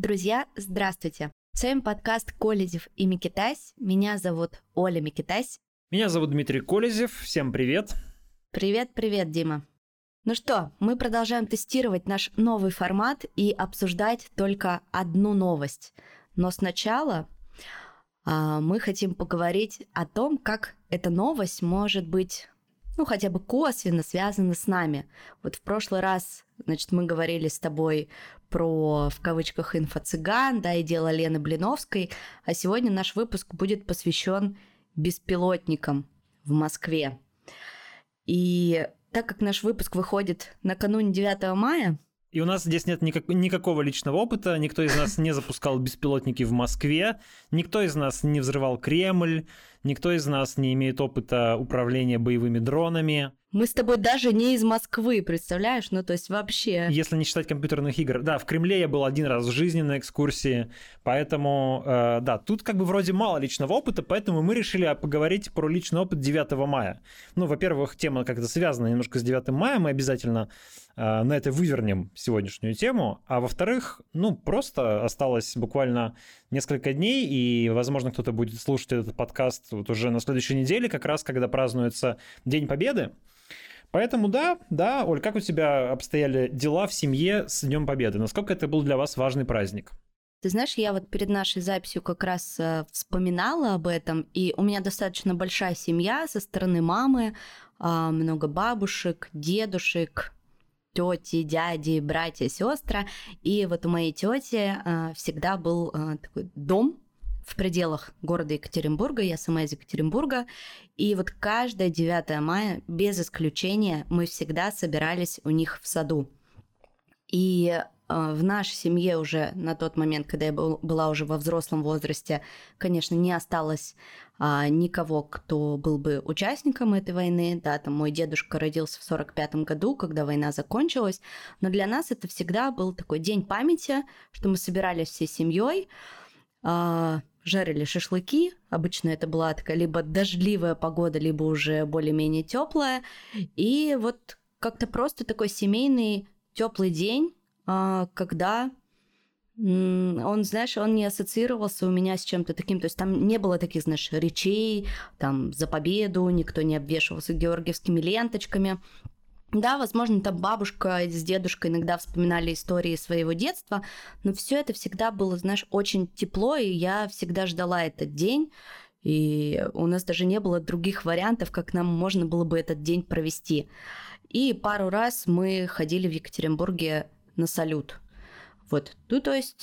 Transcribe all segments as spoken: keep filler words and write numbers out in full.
Друзья, здравствуйте! С вами подкаст «Колезев и Микитась». Меня зовут Оля Микитась. Меня зовут Дмитрий Колезев. Всем привет! Привет-привет, Дима! Ну что, мы продолжаем тестировать наш новый формат и обсуждать только одну новость. Но сначала а, мы хотим поговорить о том, как эта новость может быть, ну, хотя бы косвенно связана с нами. Вот в прошлый раз, значит, мы говорили с тобой про, в кавычках, инфо-цыган, да, и дело Лены Блиновской, а сегодня наш выпуск будет посвящен беспилотникам в Москве. И так как наш выпуск выходит накануне девятого мая... И у нас здесь нет никак, никакого личного опыта, никто из нас не запускал беспилотники в Москве, никто из нас не взрывал Кремль, никто из нас не имеет опыта управления боевыми дронами. Мы с тобой даже не из Москвы, представляешь? Ну, то есть вообще... Если не считать компьютерных игр. Да, в Кремле я был один раз в жизни на экскурсии, поэтому, э, да, тут как бы вроде мало личного опыта, поэтому мы решили поговорить про личный опыт девятого мая. Ну, во-первых, тема как-то связана немножко с девятым мая, мы обязательно э, на это вывернем сегодняшнюю тему, а во-вторых, ну, просто осталось буквально несколько дней, и, возможно, кто-то будет слушать этот подкаст вот уже на следующей неделе, как раз когда празднуется День Победы. Поэтому да, да, Оль, как у тебя обстояли дела в семье с Днем Победы? Насколько это был для вас важный праздник? Ты знаешь, я вот перед нашей записью как раз э, вспоминала об этом, и у меня достаточно большая семья со стороны мамы, э, много бабушек, дедушек, тети, дяди, братья, сестры. И вот у моей тети э, всегда был э, такой дом в пределах города Екатеринбурга, я сама из Екатеринбурга, и вот каждое девятое мая, без исключения, мы всегда собирались у них в саду. И э, в нашей семье уже на тот момент, когда я был, была уже во взрослом возрасте, конечно, не осталось э, никого, кто был бы участником этой войны. Да, там мой дедушка родился в сорок пятом году, когда война закончилась, но для нас это всегда был такой день памяти, что мы собирались всей семьей, э, жарили шашлыки. Обычно это была такая либо дождливая погода, либо уже более-менее теплая. И вот как-то просто такой семейный теплый день, когда он, знаешь, он не ассоциировался у меня с чем-то таким. То есть там не было таких, знаешь, речей там за победу, никто не обвешивался георгиевскими ленточками. Да, возможно, там бабушка с дедушкой иногда вспоминали истории своего детства, но все это всегда было, знаешь, очень тепло, и я всегда ждала этот день, и у нас даже не было других вариантов, как нам можно было бы этот день провести. И пару раз мы ходили в Екатеринбурге на салют. Вот, ну то есть...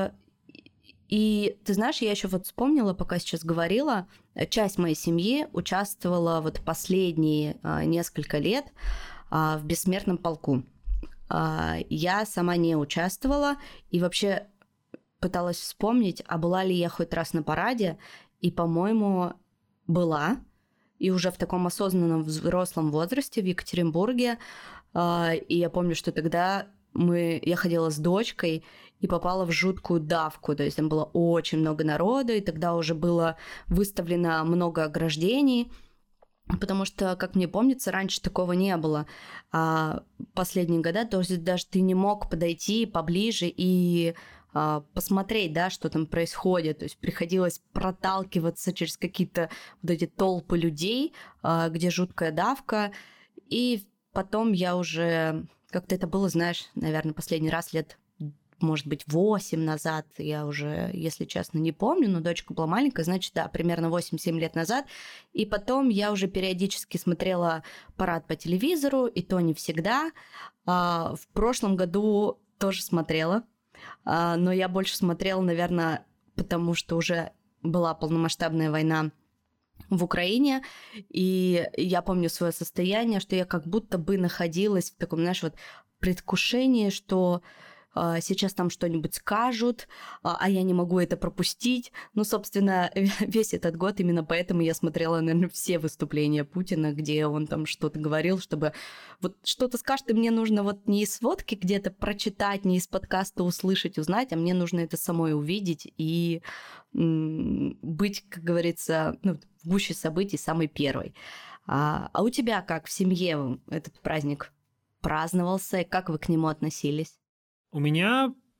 И ты знаешь, я еще вот вспомнила, пока сейчас говорила, часть моей семьи участвовала вот последние несколько лет в бессмертном полку. Я сама не участвовала и вообще пыталась вспомнить, а была ли я хоть раз на параде, и, по-моему, была, и уже в таком осознанном взрослом возрасте в Екатеринбурге. И я помню, что тогда мы, я ходила с дочкой и попала в жуткую давку, то есть там было очень много народу, и тогда уже было выставлено много ограждений, потому что, как мне помнится, раньше такого не было. А последние года, то есть даже ты не мог подойти поближе и а, посмотреть, да, что там происходит. То есть приходилось проталкиваться через какие-то вот эти толпы людей, а, где жуткая давка. И потом я уже... Как-то это было, знаешь, наверное, последний раз лет, может быть, восемь назад, я уже, если честно, не помню, но дочка была маленькая, значит, да, примерно восемь-семь лет назад. И потом я уже периодически смотрела парад по телевизору, и то не всегда. В прошлом году тоже смотрела, но я больше смотрела, наверное, потому что уже была полномасштабная война в Украине, и я помню свое состояние, что я как будто бы находилась в таком, знаешь, вот предвкушении, что а, сейчас там что-нибудь скажут, а, а я не могу это пропустить. Ну, собственно, весь этот год именно поэтому я смотрела, наверное, все выступления Путина, где он там что-то говорил, чтобы вот что-то скажет, и мне нужно вот не из сводки где-то прочитать, не из подкаста услышать, узнать, а мне нужно это самой увидеть и м- быть, как говорится, ну, в гуще событий самой первой. А, а у тебя как в семье этот праздник праздновался, и как вы к нему относились? У меня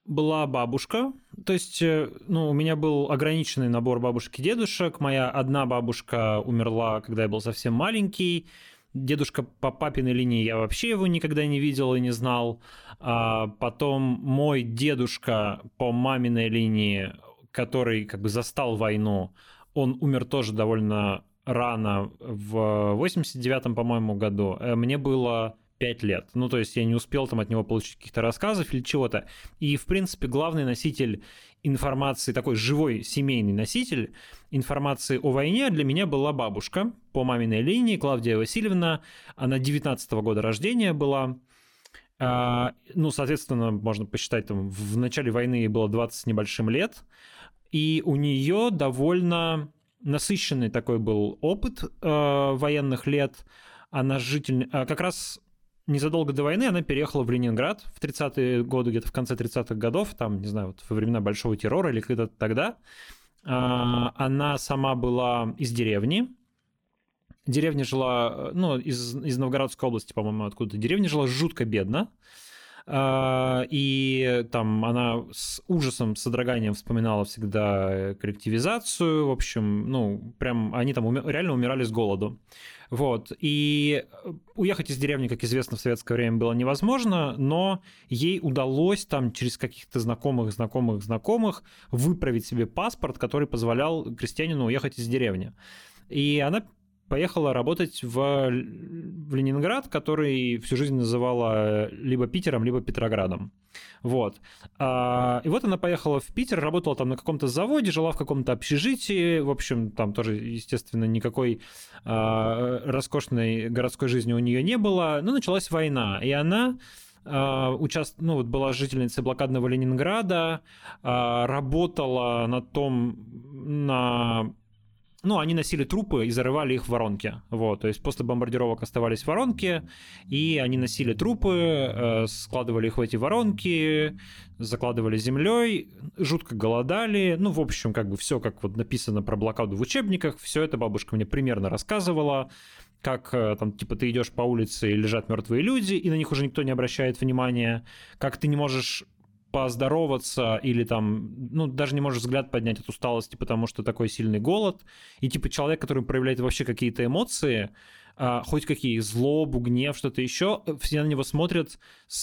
была бабушка, то есть, ну, у меня был ограниченный набор бабушек и дедушек. Моя одна бабушка умерла, когда я был совсем маленький. Дедушка по папиной линии, я вообще его никогда не видел и не знал. А потом мой дедушка по маминой линии, который как бы застал войну, он умер тоже довольно рано, в восемьдесят девятом, по-моему, году. Мне было пять лет. Ну, то есть я не успел там от него получить каких-то рассказов или чего-то. И, в принципе, главный носитель информации, такой живой семейный носитель информации о войне для меня была бабушка по маминой линии, Клавдия Васильевна. Она девятнадцатого года рождения была. Ну, соответственно, можно посчитать, там, в начале войны ей было двадцать с небольшим лет. И у нее довольно насыщенный такой был опыт военных лет. Она житель... Как раз незадолго до войны она переехала в Ленинград в тридцатые годы, где-то в конце тридцатых годов, там, не знаю, вот во времена Большого террора или когда-то тогда. Она сама была из деревни. Деревня жила, ну, из, из Новгородской области, по-моему, откуда-то. Деревня жила жутко бедно. И там она с ужасом, с содроганием вспоминала всегда коллективизацию. В общем, ну, прям они там уми- реально умирали с голоду. Вот. И уехать из деревни, как известно, в советское время было невозможно, но ей удалось там через каких-то знакомых, знакомых, знакомых выправить себе паспорт, который позволял крестьянину уехать из деревни. И она поехала работать в, в Ленинград, который всю жизнь называла либо Питером, либо Петроградом. Вот. И вот она поехала в Питер, работала там на каком-то заводе, жила в каком-то общежитии. В общем, там тоже, естественно, никакой роскошной городской жизни у нее не было. Но началась война, и она... Участ... ну, вот была жительницей блокадного Ленинграда, работала на том, на... Ну, они носили трупы и зарывали их в воронки. Вот, то есть после бомбардировок оставались воронки, и они носили трупы, складывали их в эти воронки, закладывали землей, жутко голодали. Ну, в общем, как бы все, как вот написано про блокаду в учебниках, все это бабушка мне примерно рассказывала. Как там, типа, ты идешь по улице и лежат мертвые люди, и на них уже никто не обращает внимания. Как ты не можешь поздороваться или там, ну, даже не можешь взгляд поднять от усталости, потому что такой сильный голод. И типа человек, который проявляет вообще какие-то эмоции, а, хоть какие, злобу, гнев, что-то еще, все на него смотрят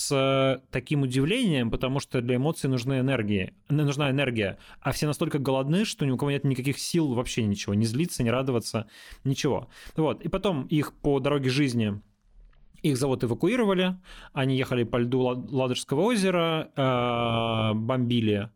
с таким удивлением, потому что для эмоций нужна энергия, нужна энергия, а все настолько голодны, что ни у кого нет никаких сил вообще ничего, не злиться, не радоваться, ничего. Вот. И потом их по дороге жизни... Их завод эвакуировали, они ехали по льду Ладожского озера, э, бомбили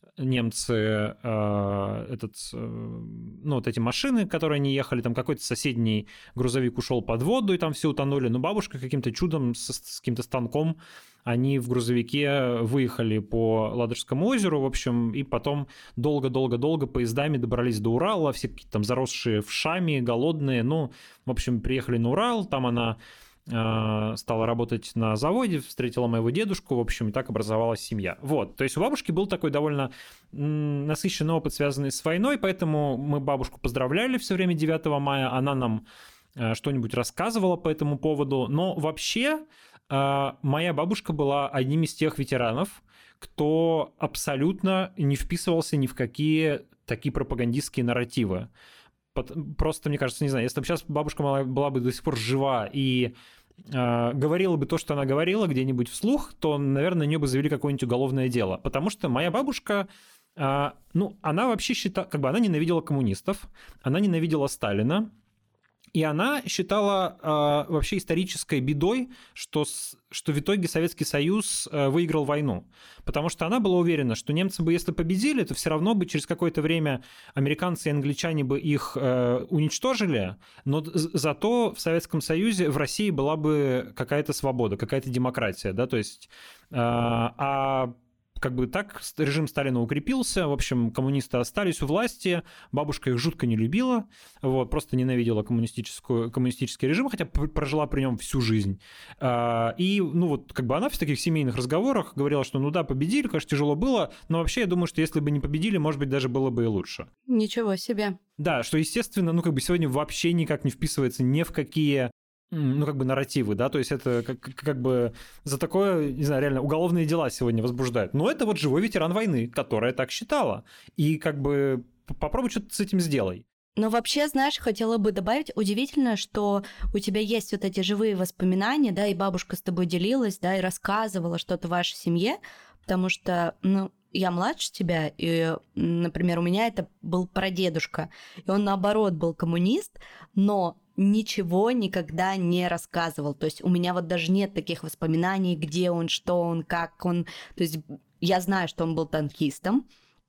немцы э, этот, э, ну, вот эти машины, которые они ехали, там какой-то соседний грузовик ушел под воду, и там все утонули, но бабушка каким-то чудом с, с каким-то станком, они в грузовике выехали по Ладожскому озеру, в общем, и потом долго-долго-долго поездами добрались до Урала, все какие-то там заросшие вшами, голодные, ну, в общем, приехали на Урал, там она стала работать на заводе, встретила моего дедушку, в общем, и так образовалась семья. Вот, то есть у бабушки был такой довольно насыщенный опыт, связанный с войной, поэтому мы бабушку поздравляли все время девятого мая, она нам что-нибудь рассказывала по этому поводу, но вообще моя бабушка была одним из тех ветеранов, кто абсолютно не вписывался ни в какие такие пропагандистские нарративы. Просто, мне кажется, не знаю, если бы сейчас бабушка была бы до сих пор жива и э, говорила бы то, что она говорила где-нибудь вслух, то, наверное, на нее бы завели какое-нибудь уголовное дело. Потому что моя бабушка, э, ну, она вообще считала, как бы она ненавидела коммунистов, она ненавидела Сталина, и она считала э, вообще исторической бедой, что, с, что в итоге Советский Союз э, выиграл войну. Потому что она была уверена, что немцы бы, если победили, то все равно бы через какое-то время американцы и англичане бы их э, уничтожили, но зато в Советском Союзе, в России была бы какая-то свобода, какая-то демократия, да, то есть... Э, а как бы так режим Сталина укрепился, в общем, коммунисты остались у власти, бабушка их жутко не любила, вот, просто ненавидела коммунистическую, коммунистический режим, хотя прожила при нем всю жизнь. И, ну вот, как бы она в таких семейных разговорах говорила, что, ну да, победили, конечно, тяжело было, но вообще я думаю, что если бы не победили, может быть, даже было бы и лучше. Ничего себе. Да, что, естественно, ну как бы сегодня вообще никак не вписывается ни в какие ну, как бы нарративы, да, то есть это как, как бы за такое, не знаю, реально уголовные дела сегодня возбуждают. Но это вот живой ветеран войны, которая так считала. И как бы попробуй что-то с этим сделай. Но вообще, знаешь, хотела бы добавить, удивительно, что у тебя есть вот эти живые воспоминания, да, и бабушка с тобой делилась, да, и рассказывала что-то в вашей семье, потому что, ну, я младше тебя, и, например, у меня это был прадедушка, и он, наоборот, был коммунист, но ничего никогда не рассказывал. То есть у меня вот даже нет таких воспоминаний, где он, что он, как он. То есть я знаю, что он был танкистом,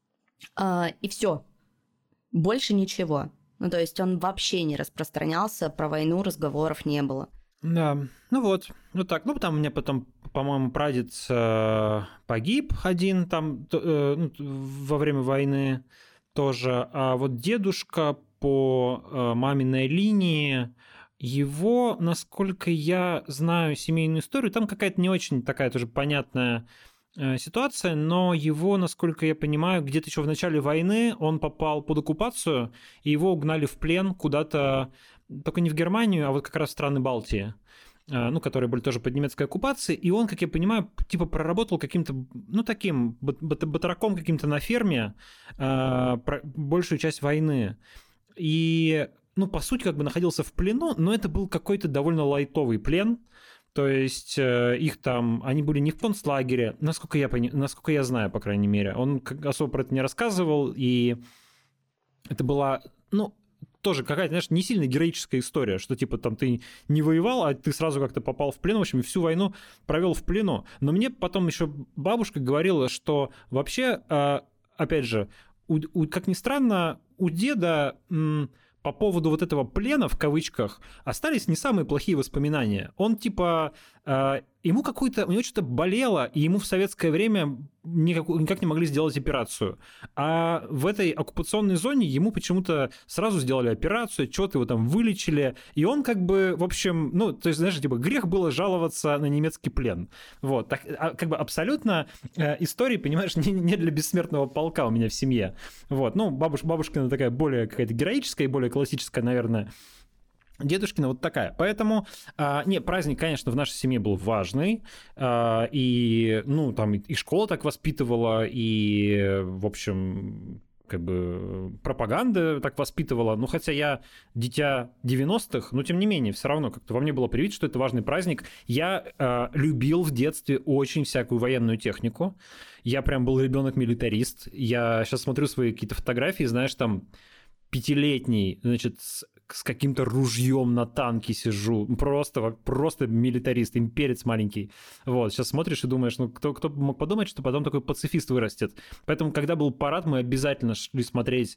и все. Больше ничего. Ну, то есть он вообще не распространялся, про войну разговоров не было. Да, ну вот, ну так, ну там у меня потом, по-моему, прадед э, погиб один там э, ну, во время войны тоже, а вот дедушка по э, маминой линии, его, насколько я знаю семейную историю, там какая-то не очень такая тоже понятная ситуация, но его, насколько я понимаю, где-то еще в начале войны он попал под оккупацию, и его угнали в плен куда-то, только не в Германию, а вот как раз в страны Балтии, ну, которые были тоже под немецкой оккупацией, и он, как я понимаю, типа проработал каким-то, ну, таким батраком каким-то на ферме большую часть войны. И, ну, по сути, как бы находился в плену, но это был какой-то довольно лайтовый плен. То есть их там, они были не в концлагере, насколько я, пони... насколько я знаю, по крайней мере. Он особо про это не рассказывал, и это была, ну, тоже какая-то, знаешь, не сильно героическая история, что типа там ты не воевал, а ты сразу как-то попал в плен, в общем, и всю войну провел в плену. Но мне потом еще бабушка говорила, что вообще, опять же, у, у, как ни странно, у деда... по поводу вот этого плена, в кавычках, остались не самые плохие воспоминания. Он типа... Э, ему какую-то... У него что-то болело, и ему в советское время никак, никак не могли сделать операцию. А в этой оккупационной зоне ему почему-то сразу сделали операцию, что-то его там вылечили, и он как бы, в общем... Ну, то есть, знаешь, типа, грех было жаловаться на немецкий плен. Вот. Так, как бы абсолютно э, истории, понимаешь, не, не для бессмертного полка у меня в семье. Вот. Ну, бабуш, бабушкина такая более какая-то героическая и более классическая, наверное, дедушкина вот такая. Поэтому, а, не, праздник, конечно, в нашей семье был важный, а, и, ну, там и школа так воспитывала, и, в общем, как бы пропаганда так воспитывала. Ну, хотя я дитя девяностых, но тем не менее, все равно как-то во мне было привито, что это важный праздник. Я а, любил в детстве очень всякую военную технику. Я прям был ребенок-милитарист. Я сейчас смотрю свои какие-то фотографии, знаешь, там пятилетний, значит, с, с каким-то ружьем на танке сижу. Просто, просто милитарист, имперец маленький. Вот, сейчас смотришь и думаешь, ну, кто, кто мог подумать, что потом такой пацифист вырастет. Поэтому, когда был парад, мы обязательно шли смотреть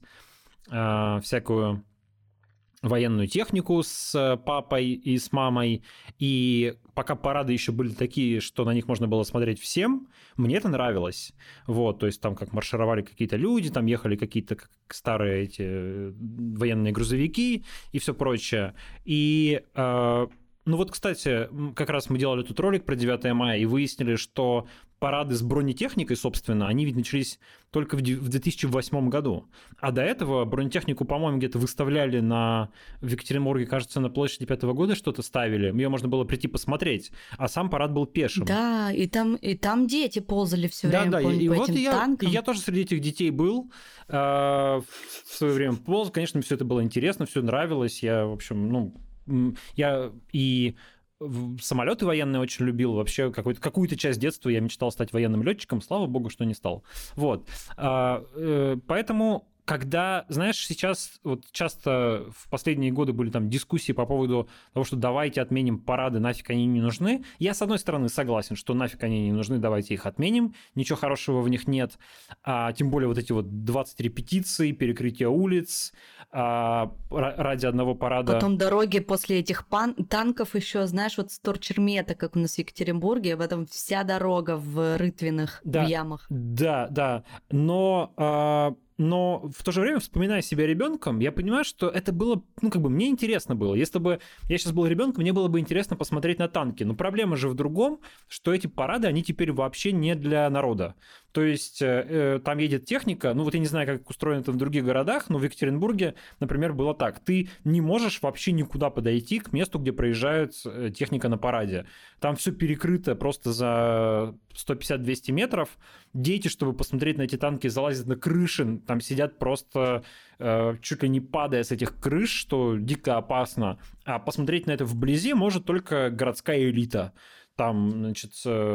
э, всякую военную технику с папой и с мамой, и пока парады еще были такие, что на них можно было смотреть всем, мне это нравилось. Вот, то есть там как маршировали какие-то люди, там ехали какие-то старые эти военные грузовики и все прочее. И э, ну вот, кстати, как раз мы делали тут ролик про девятое мая и выяснили, что парады с бронетехникой, собственно, они ведь начались только в две тысячи восьмом году. А до этого бронетехнику, по-моему, где-то выставляли на... в Екатеринбурге, кажется, на площади пятого года что-то ставили. Ее можно было прийти посмотреть. А сам парад был пешим. Да, и там, и там дети ползали все время, да, да, помню, и, по и вот этим я, танкам. И я тоже среди этих детей был. Э, в свое время полз. Конечно, все это было интересно, все нравилось. Я, в общем, ну... Я и... самолеты военные очень любил. Вообще какую-то, какую-то часть детства я мечтал стать военным летчиком. Слава богу, что не стал. Вот. Поэтому, когда, знаешь, сейчас вот часто в последние годы были там дискуссии по поводу того, что давайте отменим парады, нафиг они не нужны. Я, с одной стороны, согласен, что нафиг они не нужны, давайте их отменим. Ничего хорошего в них нет. А, тем более вот эти вот двадцать репетиций, перекрытие улиц, а, ради одного парада. Потом дороги после этих пан- танков еще, знаешь, вот с Торчермета, как у нас в Екатеринбурге, а потом вся дорога в рытвинах, да, в ямах. Да, да. Но... А... но в то же время, вспоминая себя ребенком, я понимаю, что это было, ну, как бы мне интересно было. Если бы я сейчас был ребенком, мне было бы интересно посмотреть на танки. Но проблема же в другом, что эти парады, они теперь вообще не для народа. То есть э, там едет техника, ну вот я не знаю, как устроено это в других городах, но в Екатеринбурге, например, было так. Ты не можешь вообще никуда подойти к месту, где проезжает техника на параде. Там все перекрыто просто за сто пятьдесят - двести метров. Дети, чтобы посмотреть на эти танки, залазят на крыши, там сидят просто э, чуть ли не падая с этих крыш, что дико опасно. А посмотреть на это вблизи может только городская элита. Там, значит,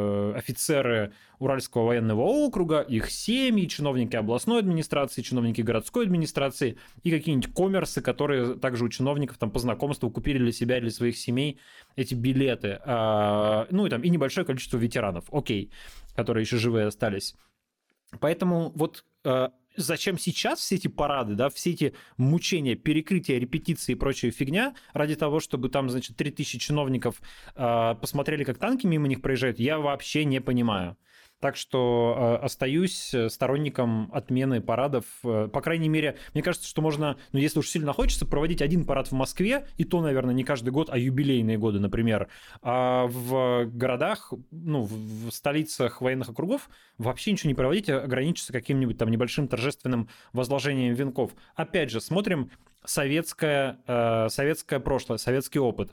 офицеры Уральского военного округа, их семьи, чиновники областной администрации, чиновники городской администрации и какие-нибудь коммерсы, которые также у чиновников там по знакомству купили для себя или для своих семей эти билеты. Ну и там и небольшое количество ветеранов, окей, которые еще живые остались. Поэтому вот зачем сейчас все эти парады, да, все эти мучения, перекрытия, репетиции и прочая фигня ради того, чтобы там, значит, три тысячи чиновников э, посмотрели, как танки мимо них проезжают, я вообще не понимаю. Так что э, остаюсь сторонником отмены парадов. Э, по крайней мере, мне кажется, что можно, ну, если уж сильно хочется, проводить один парад в Москве, и то, наверное, не каждый год, а юбилейные годы, например. А в городах, ну, в столицах военных округов вообще ничего не проводить, а ограничиться каким-нибудь там небольшим торжественным возложением венков. Опять же, смотрим советское, э, советское прошлое, советский опыт.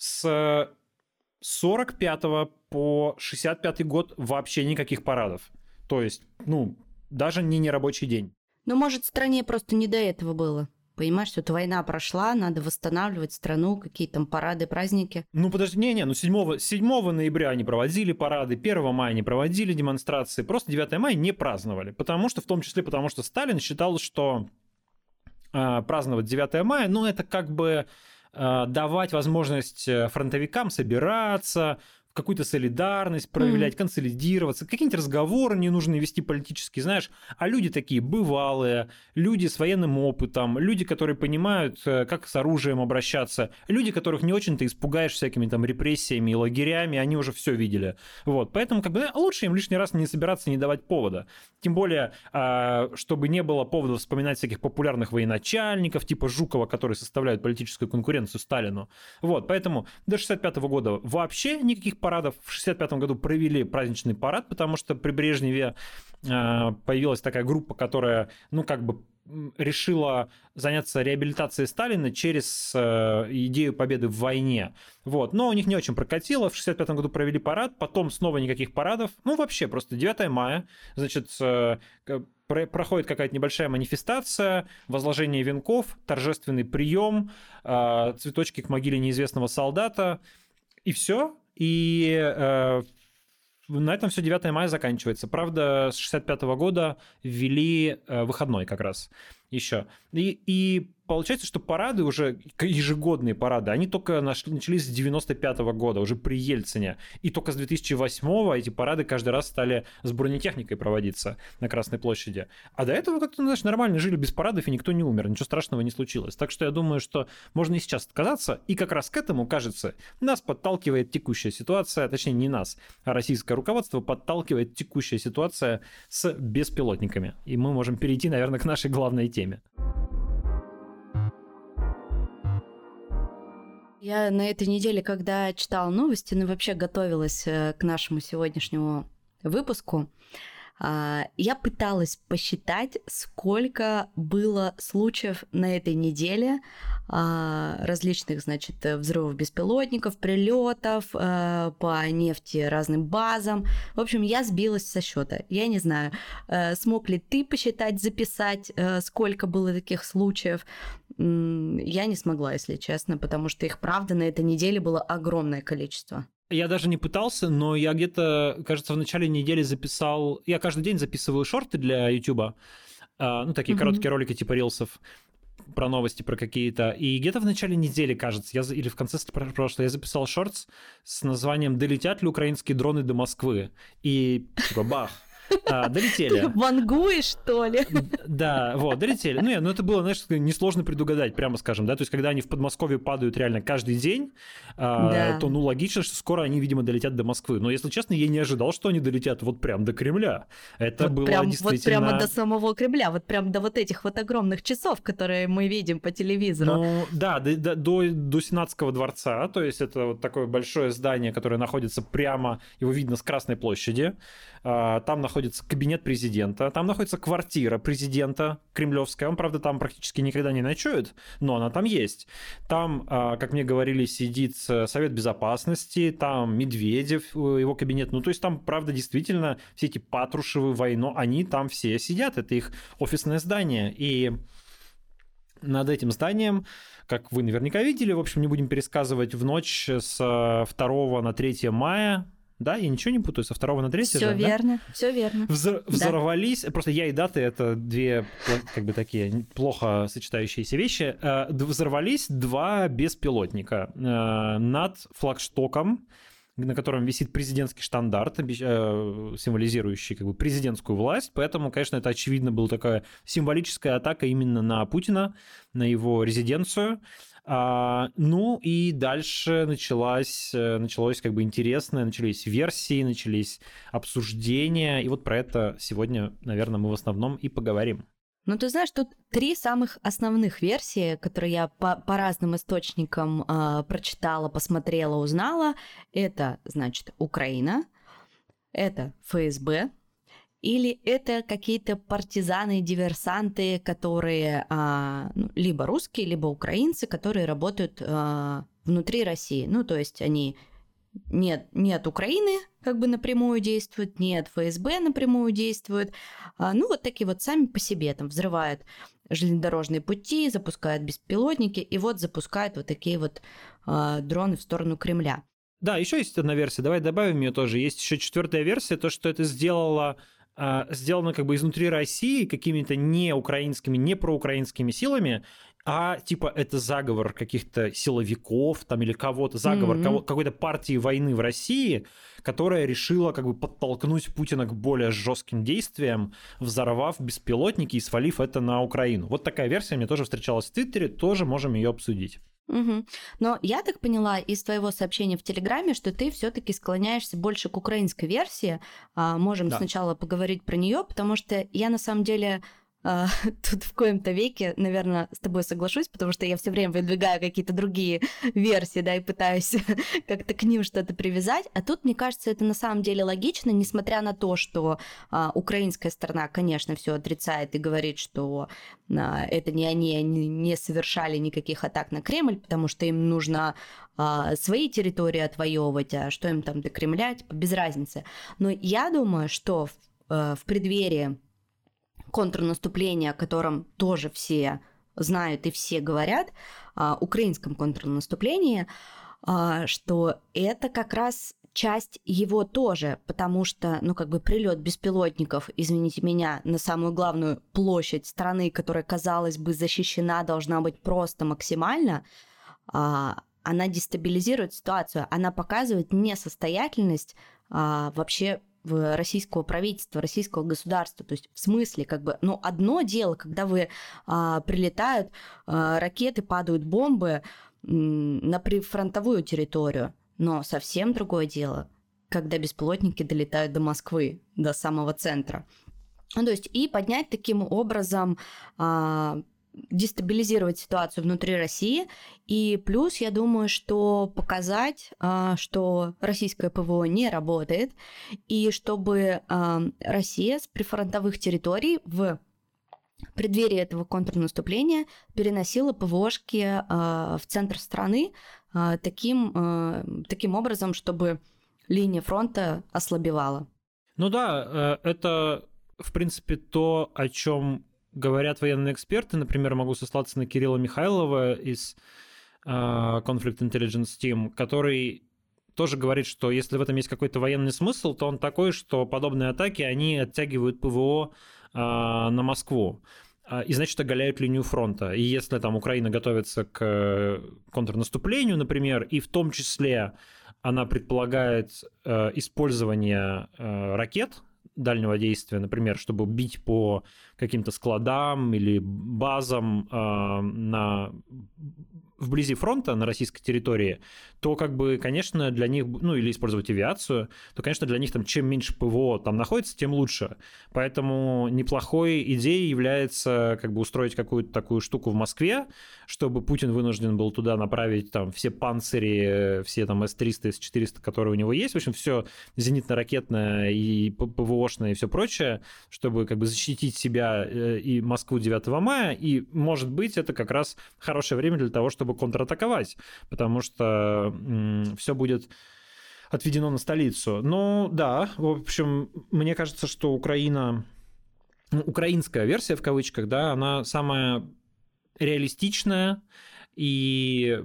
С сорок пятого по шестьдесят пятый год вообще никаких парадов. То есть, ну, даже не нерабочий день. Ну, может, стране просто не до этого было. Понимаешь, что эта война прошла, надо восстанавливать страну, какие там парады, праздники. Ну, подожди, не-не, ну седьмого ноября они проводили парады, первого мая не проводили демонстрации, просто девятого мая не праздновали. Потому что, в том числе потому, что Сталин считал, что э, праздновать девятого мая, ну, это как бы э, давать возможность фронтовикам собираться, какую-то солидарность проявлять, mm. консолидироваться, какие-нибудь разговоры не нужно вести политические, знаешь, а люди такие бывалые, люди с военным опытом, люди, которые понимают, как с оружием обращаться, люди, которых не очень-то испугаешь всякими там репрессиями и лагерями, они уже все видели. Вот, поэтому как бы лучше им лишний раз не собираться, не давать повода. Тем более, чтобы не было повода вспоминать всяких популярных военачальников, типа Жукова, которые составляют политическую конкуренцию Сталину. Вот, поэтому до шестьдесят пятого года вообще никаких парадов. В шестьдесят пятом году провели праздничный парад, потому что при Брежневе э, появилась такая группа, которая, ну, как бы решила заняться реабилитацией Сталина через э, идею победы в войне. Вот. Но у них не очень прокатило. В шестьдесят пятом году провели парад, потом снова никаких парадов. Ну, вообще, просто девятого мая, значит, э, проходит какая-то небольшая манифестация, возложение венков, торжественный прием, э, цветочки к могиле неизвестного солдата, и все. И э, на этом все девятого мая заканчивается. Правда, с шестьдесят пятого года ввели э, выходной как раз еще. И, и получается, что парады уже, ежегодные парады, они только начались с девяносто пятого года, уже при Ельцине. И только с две тысячи восьмого эти парады каждый раз стали с бронетехникой проводиться на Красной площади. А до этого как-то, ну, знаешь, нормально жили без парадов, и никто не умер, ничего страшного не случилось. Так что я думаю, что можно и сейчас отказаться. И как раз к этому, кажется, нас подталкивает текущая ситуация, точнее не нас, а российское руководство подталкивает текущая ситуация с беспилотниками. И мы можем перейти, наверное, к нашей главной теме. Я на этой неделе, когда читала новости, ну вообще готовилась к нашему сегодняшнему выпуску, я пыталась посчитать, сколько было случаев на этой неделе различных, значит, взрывов беспилотников, прилетов по нефти разным базам. В общем, я сбилась со счета. Я не знаю, смог ли ты посчитать, записать, сколько было таких случаев. Я не смогла, если честно, потому что их, правда, на этой неделе было огромное количество. Я даже не пытался, но я где-то, кажется, в начале недели записал... Я каждый день записываю шорты для YouTube, ну, такие mm-hmm. короткие ролики типа рилсов про новости, про какие-то. И где-то в начале недели, кажется, я, или в конце прошлого, я записал шортс с названием «Долетят ли украинские дроны до Москвы?» И типа бах! А, долетели. Вангуешь, что ли? Да, вот, долетели. Ну, ну, это было, знаешь, несложно предугадать, прямо скажем, да, то есть, когда они в Подмосковье падают реально каждый день, да. то, ну, логично, что скоро они, видимо, долетят до Москвы. Но, если честно, я не ожидал, что они долетят вот прям до Кремля. Это вот было прям, действительно... Вот прямо до самого Кремля, вот прям до вот этих вот огромных часов, которые мы видим по телевизору. Ну, да, до, до, до, до Сенатского дворца, то есть, это вот такое большое здание, которое находится прямо, его видно с Красной площади. Там находится кабинет президента, там находится квартира президента кремлевская. Он, правда, там практически никогда не ночует, но она там есть. Там, как мне говорили, сидит Совет Безопасности, там Медведев, его кабинет. Ну, то есть там, правда, действительно все эти Патрушевы, Войно, они там все сидят. Это их офисное здание. И над этим зданием, как вы наверняка видели, в общем, не будем пересказывать, в ночь с второго на третье мая, да, я ничего не путаю, со второго на третье. Все да, верно, да? все верно. Взор- да. Взорвались, просто я и даты — это две, как бы, такие плохо сочетающиеся вещи. Взорвались два беспилотника над флагштоком, на котором висит президентский штандарт, символизирующий, как бы, президентскую власть. Поэтому, конечно, это, очевидно, была такая символическая атака именно на Путина, на его резиденцию. А, ну и дальше началось, началось как бы интересное, начались версии, начались обсуждения. И вот про это сегодня, наверное, мы в основном и поговорим. Ну, ты знаешь, тут три самых основных версии, которые я по, по разным источникам э, прочитала, посмотрела, узнала. Это, значит, Украина, это ФСБ, или это какие-то партизаны, диверсанты, которые э, либо русские, либо украинцы, которые работают э, внутри России. Ну, то есть они... Нет, нет Украины, как бы напрямую действуют, нет ФСБ напрямую действуют. А, ну, вот такие вот сами по себе там взрывают железнодорожные пути, запускают беспилотники, и вот запускают вот такие вот а, дроны в сторону Кремля. Да, еще есть одна версия, давай добавим ее тоже. Есть еще четвертая версия, то, что это сделало... сделано как бы изнутри России какими-то не украинскими, не проукраинскими силами, а типа это заговор каких-то силовиков там или кого-то, заговор mm-hmm. кого- какой-то партии войны в России, которая решила как бы подтолкнуть Путина к более жестким действиям, взорвав беспилотники и свалив это на Украину. Вот такая версия мне тоже встречалась в Твиттере, тоже можем ее обсудить. Угу. Но я так поняла из твоего сообщения в Телеграме, что ты все-таки склоняешься больше к украинской версии. А, можем да. сначала поговорить про нее, потому что я на самом деле а, тут в коем-то веке, наверное, с тобой соглашусь, потому что я все время выдвигаю какие-то другие версии, да, и пытаюсь как-то к ним что-то привязать. А тут, мне кажется, это на самом деле логично, несмотря на то, что а, украинская сторона, конечно, все отрицает и говорит, что а, это не они, они не совершали никаких атак на Кремль, потому что им нужно а, свои территории отвоевывать, а что им там до Кремля, типа, без разницы. Но я думаю, что в, а, в преддверии контрнаступления, о котором тоже все знают и все говорят, а, украинском контрнаступлении, а, что это как раз часть его тоже, потому что, ну, как бы прилет беспилотников, извините меня, на самую главную площадь страны, которая, казалось бы, защищена, должна быть просто максимально, а, она дестабилизирует ситуацию, она показывает несостоятельность а, вообще российского правительства, российского государства. То есть в смысле, как бы, ну, одно дело, когда вы а, прилетают, а, ракеты, падают бомбы м, на прифронтовую территорию, но совсем другое дело, когда беспилотники долетают до Москвы, до самого центра. Ну, то есть и поднять таким образом... А, дестабилизировать ситуацию внутри России, и плюс, я думаю, что показать, что российское ПВО не работает, и чтобы Россия с прифронтовых территорий в преддверии этого контрнаступления переносила ПВОшки в центр страны таким, таким образом, чтобы линия фронта ослабевала. Ну да, это, в принципе, то, о чем говорят военные эксперты. Например, могу сослаться на Кирилла Михайлова из uh, Conflict Intelligence Team, который тоже говорит, что если в этом есть какой-то военный смысл, то он такой, что подобные атаки, они оттягивают ПВО uh, на Москву uh, и, значит, оголяют линию фронта. И если там Украина готовится к контрнаступлению, например, и в том числе она предполагает uh, использование uh, ракет дальнего действия, например, чтобы бить по каким-то складам или базам э, на... вблизи фронта на российской территории, то, как бы, конечно, для них, ну, или использовать авиацию, то, конечно, для них там чем меньше ПВО там находится, тем лучше. Поэтому неплохой идеей является, как бы, устроить какую-то такую штуку в Москве, чтобы Путин вынужден был туда направить там все панцири, все там эс триста, эс четыреста, которые у него есть, в общем, все зенитно-ракетное и ПВОшное и все прочее, чтобы, как бы, защитить себя и Москву девятого мая, и, может быть, это как раз хорошее время для того, чтобы контратаковать, потому что м, все будет отведено на столицу. Но да, в общем, мне кажется, что Украина, ну, украинская версия в кавычках, да, она самая реалистичная, и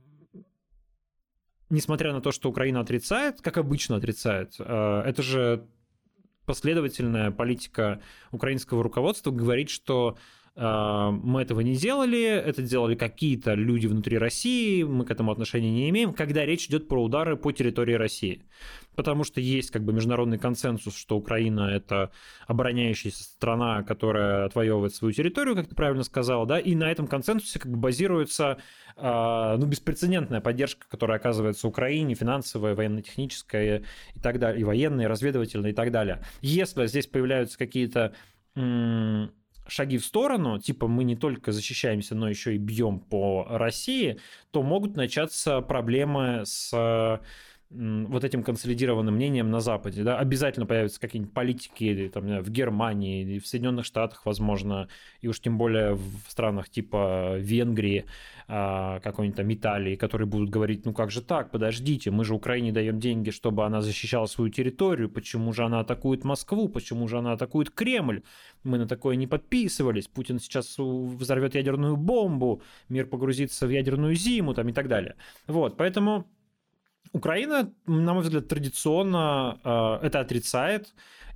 несмотря на то, что Украина отрицает, как обычно отрицает, это же последовательная политика украинского руководства говорит, что мы этого не делали, это делали какие-то люди внутри России, мы к этому отношения не имеем, когда речь идет про удары по территории России. Потому что есть, как бы, международный консенсус, что Украина — это обороняющаяся страна, которая отвоевывает свою территорию, как ты правильно сказал, да, и на этом консенсусе, как бы, базируется ну, беспрецедентная поддержка, которая оказывается Украине, финансовая, военно-техническая и так далее, и военная, и разведывательная и так далее. Если здесь появляются какие-то м- шаги в сторону, типа мы не только защищаемся, но еще и бьем по России, то могут начаться проблемы с вот этим консолидированным мнением на Западе. Да? Обязательно появятся какие-нибудь политики там, в Германии, или в Соединенных Штатах, возможно, и уж тем более в странах типа Венгрии, какой-нибудь там Италии, которые будут говорить, ну как же так, подождите, мы же Украине даем деньги, чтобы она защищала свою территорию, почему же она атакует Москву, почему же она атакует Кремль, мы на такое не подписывались, Путин сейчас взорвет ядерную бомбу, мир погрузится в ядерную зиму там, и так далее. Вот, поэтому Украина, на мой взгляд, традиционно э, это отрицает,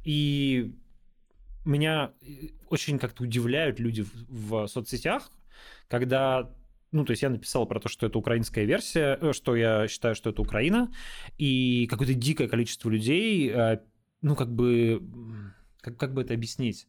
и меня очень как-то удивляют люди в, в соцсетях, когда, ну, то есть я написал про то, что это украинская версия, что я считаю, что это Украина, и какое-то дикое количество людей, э, ну, как бы, как, как бы это объяснить?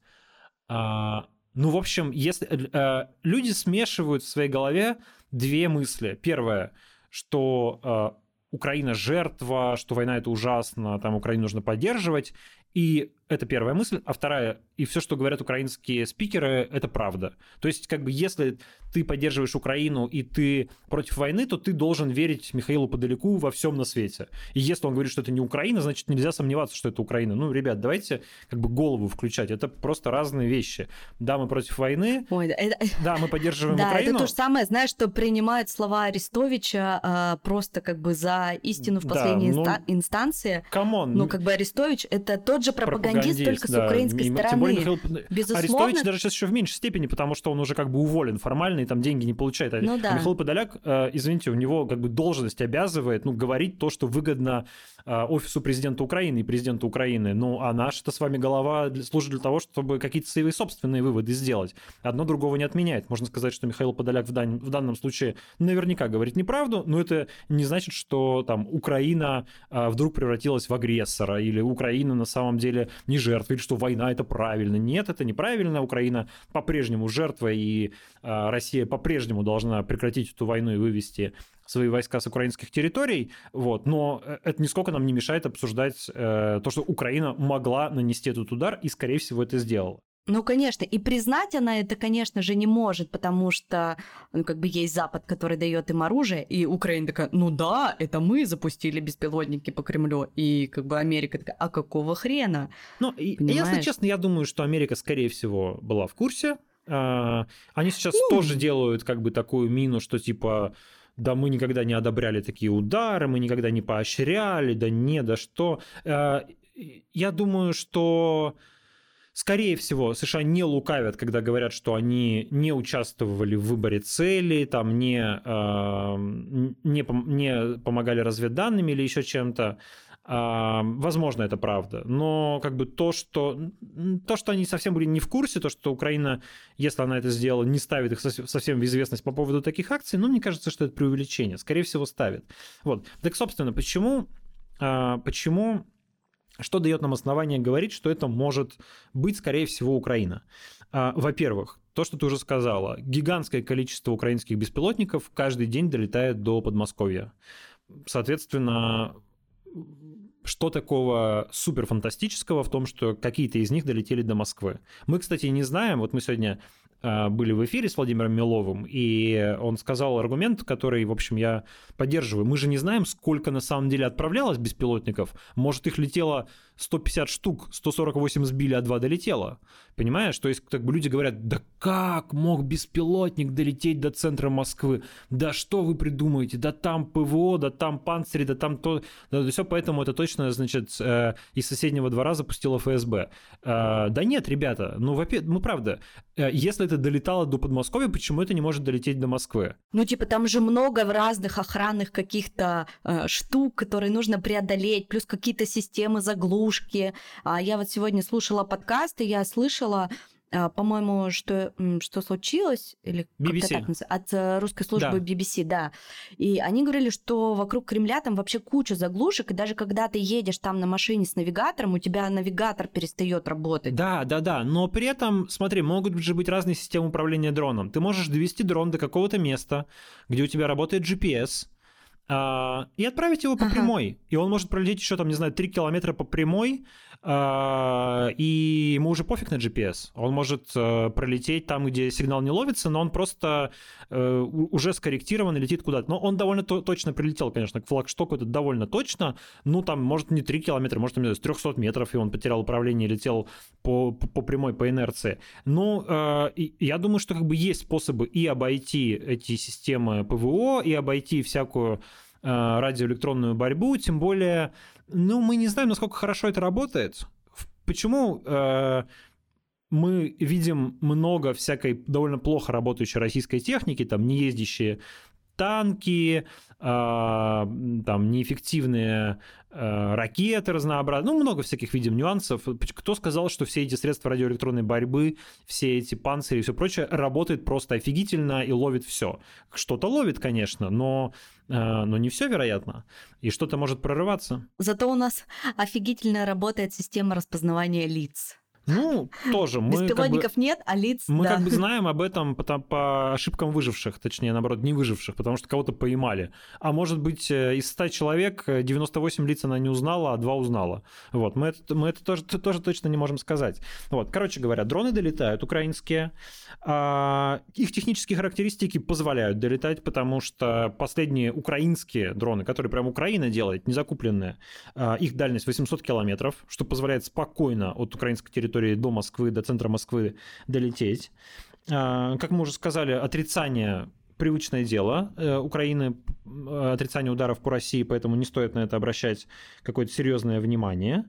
А, ну, в общем, если э, люди смешивают в своей голове две мысли. Первое, что... Э, Украина жертва, что война — это ужасно, там Украину нужно поддерживать. И это первая мысль. А вторая, и все, что говорят украинские спикеры, это правда. То есть, как бы, если ты поддерживаешь Украину и ты против войны, то ты должен верить Михаилу Подоляку во всем на свете. И если он говорит, что это не Украина, значит, нельзя сомневаться, что это Украина. Ну, ребят, давайте, как бы, голову включать. Это просто разные вещи. Да, мы против войны. Ой, это... Да, мы поддерживаем да, Украину. Да, это то же самое, знаешь, что принимают слова Арестовича а, просто, как бы, за истину в последней да, ну, инста- инстанции. Камон. Ну, как бы, Арестович — это тот же пропагандист, только да, с украинской стороны. Тем более Михаил Безусловно... Арестович даже сейчас еще в меньшей степени, потому что он уже, как бы, уволен формально и там деньги не получает. Ну, да. А Михаил Подоляк, извините, у него, как бы, должность обязывает, ну, говорить то, что выгодно офису президента Украины и президенту Украины. Ну, а наша-то с вами голова служит для того, чтобы какие-то свои собственные выводы сделать. Одно другого не отменяет. Можно сказать, что Михаил Подоляк в, дан... в данном случае наверняка говорит неправду, но это не значит, что там Украина вдруг превратилась в агрессора, или Украина на самом деле не жертва, или что война — это правильно. Нет, это неправильно. Украина по-прежнему жертва, и Россия по-прежнему должна прекратить эту войну и вывести свои войска с украинских территорий, вот, но это нисколько нам не мешает обсуждать э, то, что Украина могла нанести этот удар и, скорее всего, это сделала. Ну, конечно, и признать она это, конечно же, не может, потому что, ну, как бы есть Запад, который дает им оружие, и Украина такая, ну да, это мы запустили беспилотники по Кремлю, и как бы Америка такая, а какого хрена? Ну, если честно, я думаю, что Америка, скорее всего, была в курсе. Они сейчас ну... тоже делают как бы такую мину, что типа... Да, мы никогда не одобряли такие удары, мы никогда не поощряли, да не, да что. Я думаю, что, скорее всего, США не лукавят, когда говорят, что они не участвовали в выборе целей, там, не, не, не помогали разведданными или еще чем-то. Возможно, это правда, но как бы то, что, то, что они совсем были не в курсе, то, что Украина, если она это сделала, не ставит их совсем в известность по поводу таких акций, ну, мне кажется, что это преувеличение, скорее всего, ставит. Вот. Так, собственно, почему, почему Что дает нам основание говорить, что это может быть, скорее всего, Украина? Во-первых, то, что ты уже сказала, гигантское количество украинских беспилотников каждый день долетает до Подмосковья. Соответственно, что такого суперфантастического в том, что какие-то из них долетели до Москвы? Мы, кстати, не знаем, вот мы сегодня были в эфире с Владимиром Миловым, и он сказал аргумент, который, в общем, я поддерживаю. Мы же не знаем, сколько на самом деле отправлялось беспилотников. Может, их летело сто пятьдесят штук, сто сорок восемь сбили, а два долетело. Понимаешь? То есть, как бы люди говорят, да как мог беспилотник долететь до центра Москвы? Да что вы придумаете? Да там ПВО, да там панцири, да там то... Да все, поэтому это точно, значит, из соседнего двора запустило эф эс бэ. Да нет, ребята, ну, во-первых, ну, правда, если это долетало до Подмосковья, почему это не может долететь до Москвы? Ну, типа, там же много разных охранных каких-то э, штук, которые нужно преодолеть, плюс какие-то системы заглушки. А я вот сегодня слушала подкаст, и я слышала, э, по-моему, что, что случилось, или би би си. Так называется, от э, русской службы Да. би би си, да. И они говорили, что вокруг Кремля там вообще куча заглушек, и даже когда ты едешь там на машине с навигатором, у тебя навигатор перестает работать. Да, да, да, но при этом, смотри, могут же быть разные системы управления дроном. Ты можешь довести дрон до какого-то места, где у тебя работает джи пи эс, а, и отправить его по Ага. прямой. И он может пролететь еще, там, не знаю, три километра по прямой, а, и ему уже пофиг на джи пи эс. Он может а, пролететь там, где сигнал не ловится, но он просто а, у- уже скорректирован и летит куда-то. Но он довольно то- точно прилетел, конечно, к флагштоку это довольно точно. Ну, там, может, не три километра, может, там, не знаю, с трехсот метров, и он потерял управление и летел по, по, по прямой, по инерции. Ну, а, и- я думаю, что как бы есть способы и обойти эти системы ПВО, и обойти всякую а, радиоэлектронную борьбу, тем более, ну, мы не знаем, насколько хорошо это работает. В- Почему э, мы видим много всякой довольно плохо работающей российской техники, там, не ездящие танки, а, там, неэффективные а, ракеты разнообразные, ну, много всяких видим нюансов. Кто сказал, что все эти средства радиоэлектронной борьбы, все эти панцири и все прочее работает просто офигительно и ловит все? Что-то ловит, конечно, но, а, но не все, вероятно, и что-то может прорываться. Зато у нас офигительно работает система распознавания лиц. Ну, тоже мы как бы... Беспилотников нет, а лиц, Мы да. как бы знаем об этом по, по ошибкам выживших, точнее, наоборот, не выживших, потому что кого-то поймали. А может быть, из ста человек девяносто восемь лиц она не узнала, а два узнала. Вот, мы это, мы это тоже, тоже точно не можем сказать. Вот, короче говоря, дроны долетают, украинские. А, их технические характеристики позволяют долетать, потому что последние украинские дроны, которые прям Украина делает, не закупленные, а, их дальность восемьсот километров, что позволяет спокойно от украинской территории до Москвы, до центра Москвы долететь. Как мы уже сказали, отрицание – привычное дело Украины, отрицание ударов по России, поэтому не стоит на это обращать какое-то серьезное внимание.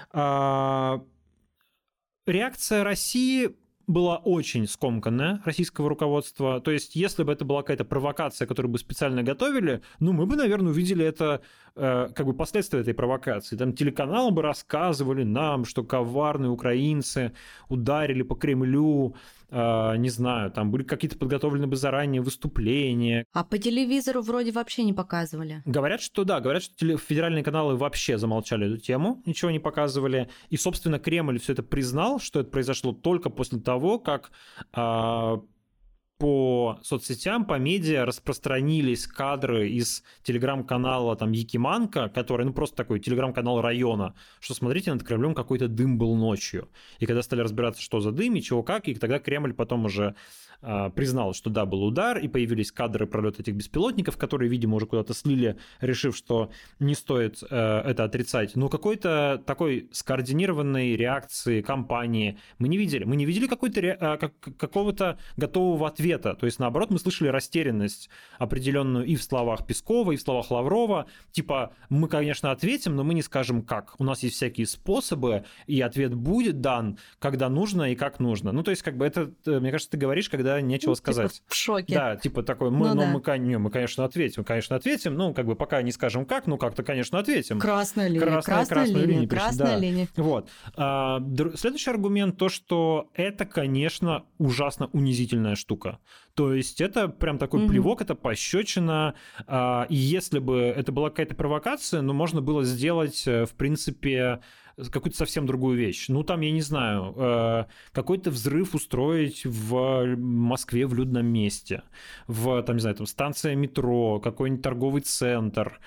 Реакция России была очень скомканная, российского руководства. То есть, если бы это была какая-то провокация, которую бы специально готовили, ну, мы бы, наверное, увидели это, э, как бы последствия этой провокации. Там телеканалы бы рассказывали нам, что коварные украинцы ударили по Кремлю, э, не знаю, там были какие-то подготовлены бы заранее выступления. А по телевизору вроде вообще не показывали. Говорят, что да, говорят, что теле- федеральные каналы вообще замолчали эту тему, ничего не показывали. И, собственно, Кремль все это признал, что это произошло только после того, как а, по соцсетям, по медиа распространились кадры из телеграм-канала там Якиманка, который, ну, просто такой телеграм-канал района, что, смотрите, над Кремлем какой-то дым был ночью. И когда стали разбираться, что за дым и чего как, и тогда Кремль потом уже а, признал, что да, был удар, и появились кадры пролета этих беспилотников, которые, видимо, уже куда-то слили, решив, что не стоит а, это отрицать. Но какой-то такой скоординированной реакции компании мы не видели. Мы не видели какой-то, ре... а, как... какого-то готового ответа. То есть, наоборот, мы слышали растерянность определенную и в словах Пескова, и в словах Лаврова. Типа, мы, конечно, ответим, но мы не скажем как. У нас есть всякие способы, и ответ будет дан, когда нужно и как нужно. Ну, то есть, как бы это, мне кажется, ты говоришь, когда нечего Ну, сказать. Типа в шоке. Да, типа такой, мы, Ну ну, да. мы, не, мы, конечно, ответим, конечно, ответим, ну, как бы пока не скажем как, ну, как-то, конечно, ответим. Красная линия, Красная- красная, красную линия, линию пришли, красная да. линия. Вот. А, др- следующий аргумент то, что это, конечно, ужасно унизительная штука. То есть это прям такой Мгм. плевок, это пощечина. А, и если бы это была какая-то провокация, ну, можно было сделать, э, в принципе, какую-то совсем другую вещь. Ну, там, я не знаю, какой-то взрыв устроить в Москве в людном месте, в, там, не знаю, там, станция метро, какой-нибудь торговый центр,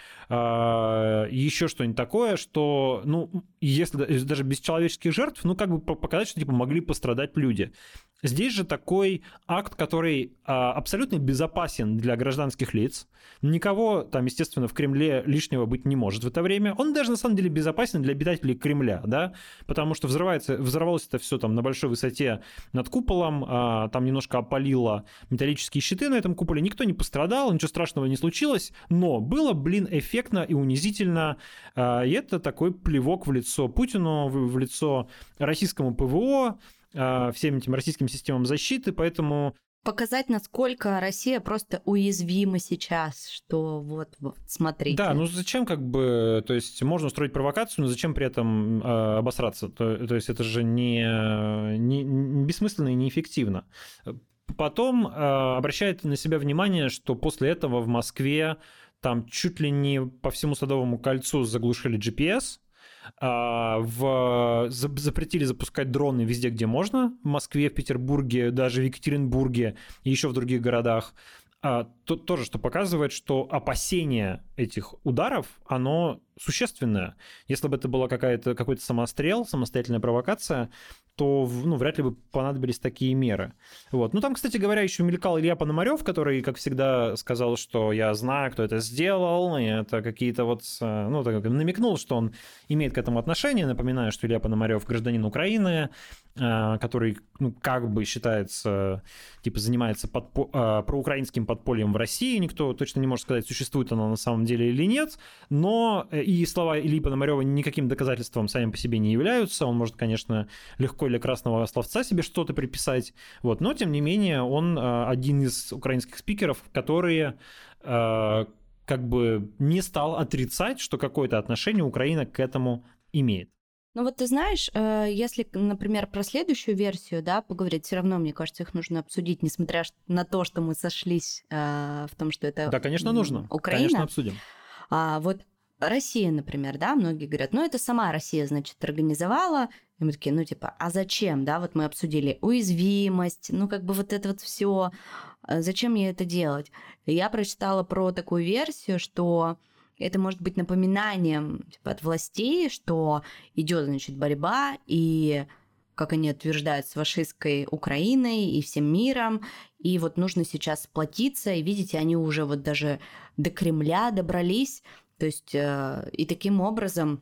еще что-нибудь такое, что, ну, если даже без человеческих жертв, ну, как бы показать, что, типа, могли пострадать люди. Здесь же такой акт, который а, абсолютно безопасен для гражданских лиц. Никого там, естественно, в Кремле лишнего быть не может в это время. Он даже, на самом деле, безопасен для обитателей Кремля, да, потому что взрывается, взорвалось это все там на большой высоте над куполом, а, там немножко опалило металлические щиты на этом куполе, никто не пострадал, ничего страшного не случилось, но было, блин, эффектно и унизительно, а, и это такой плевок в лицо Путину, в, в лицо российскому ПВО, всем этим российским системам защиты, поэтому... Показать, насколько Россия просто уязвима сейчас, что вот, вот смотрите. Да, ну зачем как бы, то есть можно устроить провокацию, но зачем при этом э, обосраться? То, то есть это же не, не, не бессмысленно и неэффективно. Потом э, обращает на себя внимание, что после этого в Москве там чуть ли не по всему Садовому кольцу заглушили джи пи эс, В... запретили запускать дроны везде, где можно, в Москве, в Петербурге, даже в Екатеринбурге и еще в других городах. А, то, тоже, что показывает, что опасение этих ударов, оно существенное. Если бы это была какая-то, какой-то самострел, самостоятельная провокация, то, ну, вряд ли бы понадобились такие меры. Вот. Ну, там, кстати говоря, еще мелькал Илья Пономарев, который, как всегда, сказал, что я знаю, кто это сделал, и это какие-то вот, ну, так, намекнул, что он имеет к этому отношение. Напоминаю, что Илья Пономарев гражданин Украины, который, ну, как бы считается, типа, занимается подпо- проукраинским подпольем в России. Никто точно не может сказать, существует оно на самом деле или нет. Но и слова Ильи Пономарева никаким доказательством сами по себе не являются. Он может, конечно, легко для красного словца себе что-то приписать. Вот. Но, тем не менее, он один из украинских спикеров, которые как бы не стал отрицать, что какое-то отношение Украина к этому имеет. Ну вот ты знаешь, если, например, про следующую версию, да, поговорить, все равно, мне кажется, их нужно обсудить, несмотря на то, что мы сошлись в том, что это да, конечно, нужно. Украина. Конечно, обсудим. А вот Россия, например, да, многие говорят, ну это сама Россия, значит, организовала, и мы такие, ну типа, а зачем, да, вот мы обсудили уязвимость, ну как бы вот это вот все, зачем ей это делать? И я прочитала про такую версию, что это может быть напоминанием типа, от властей, что идет, значит, борьба, и, как они утверждают, с фашистской Украиной и всем миром, и вот нужно сейчас сплотиться, и, видите, они уже вот даже до Кремля добрались, то есть э, и таким образом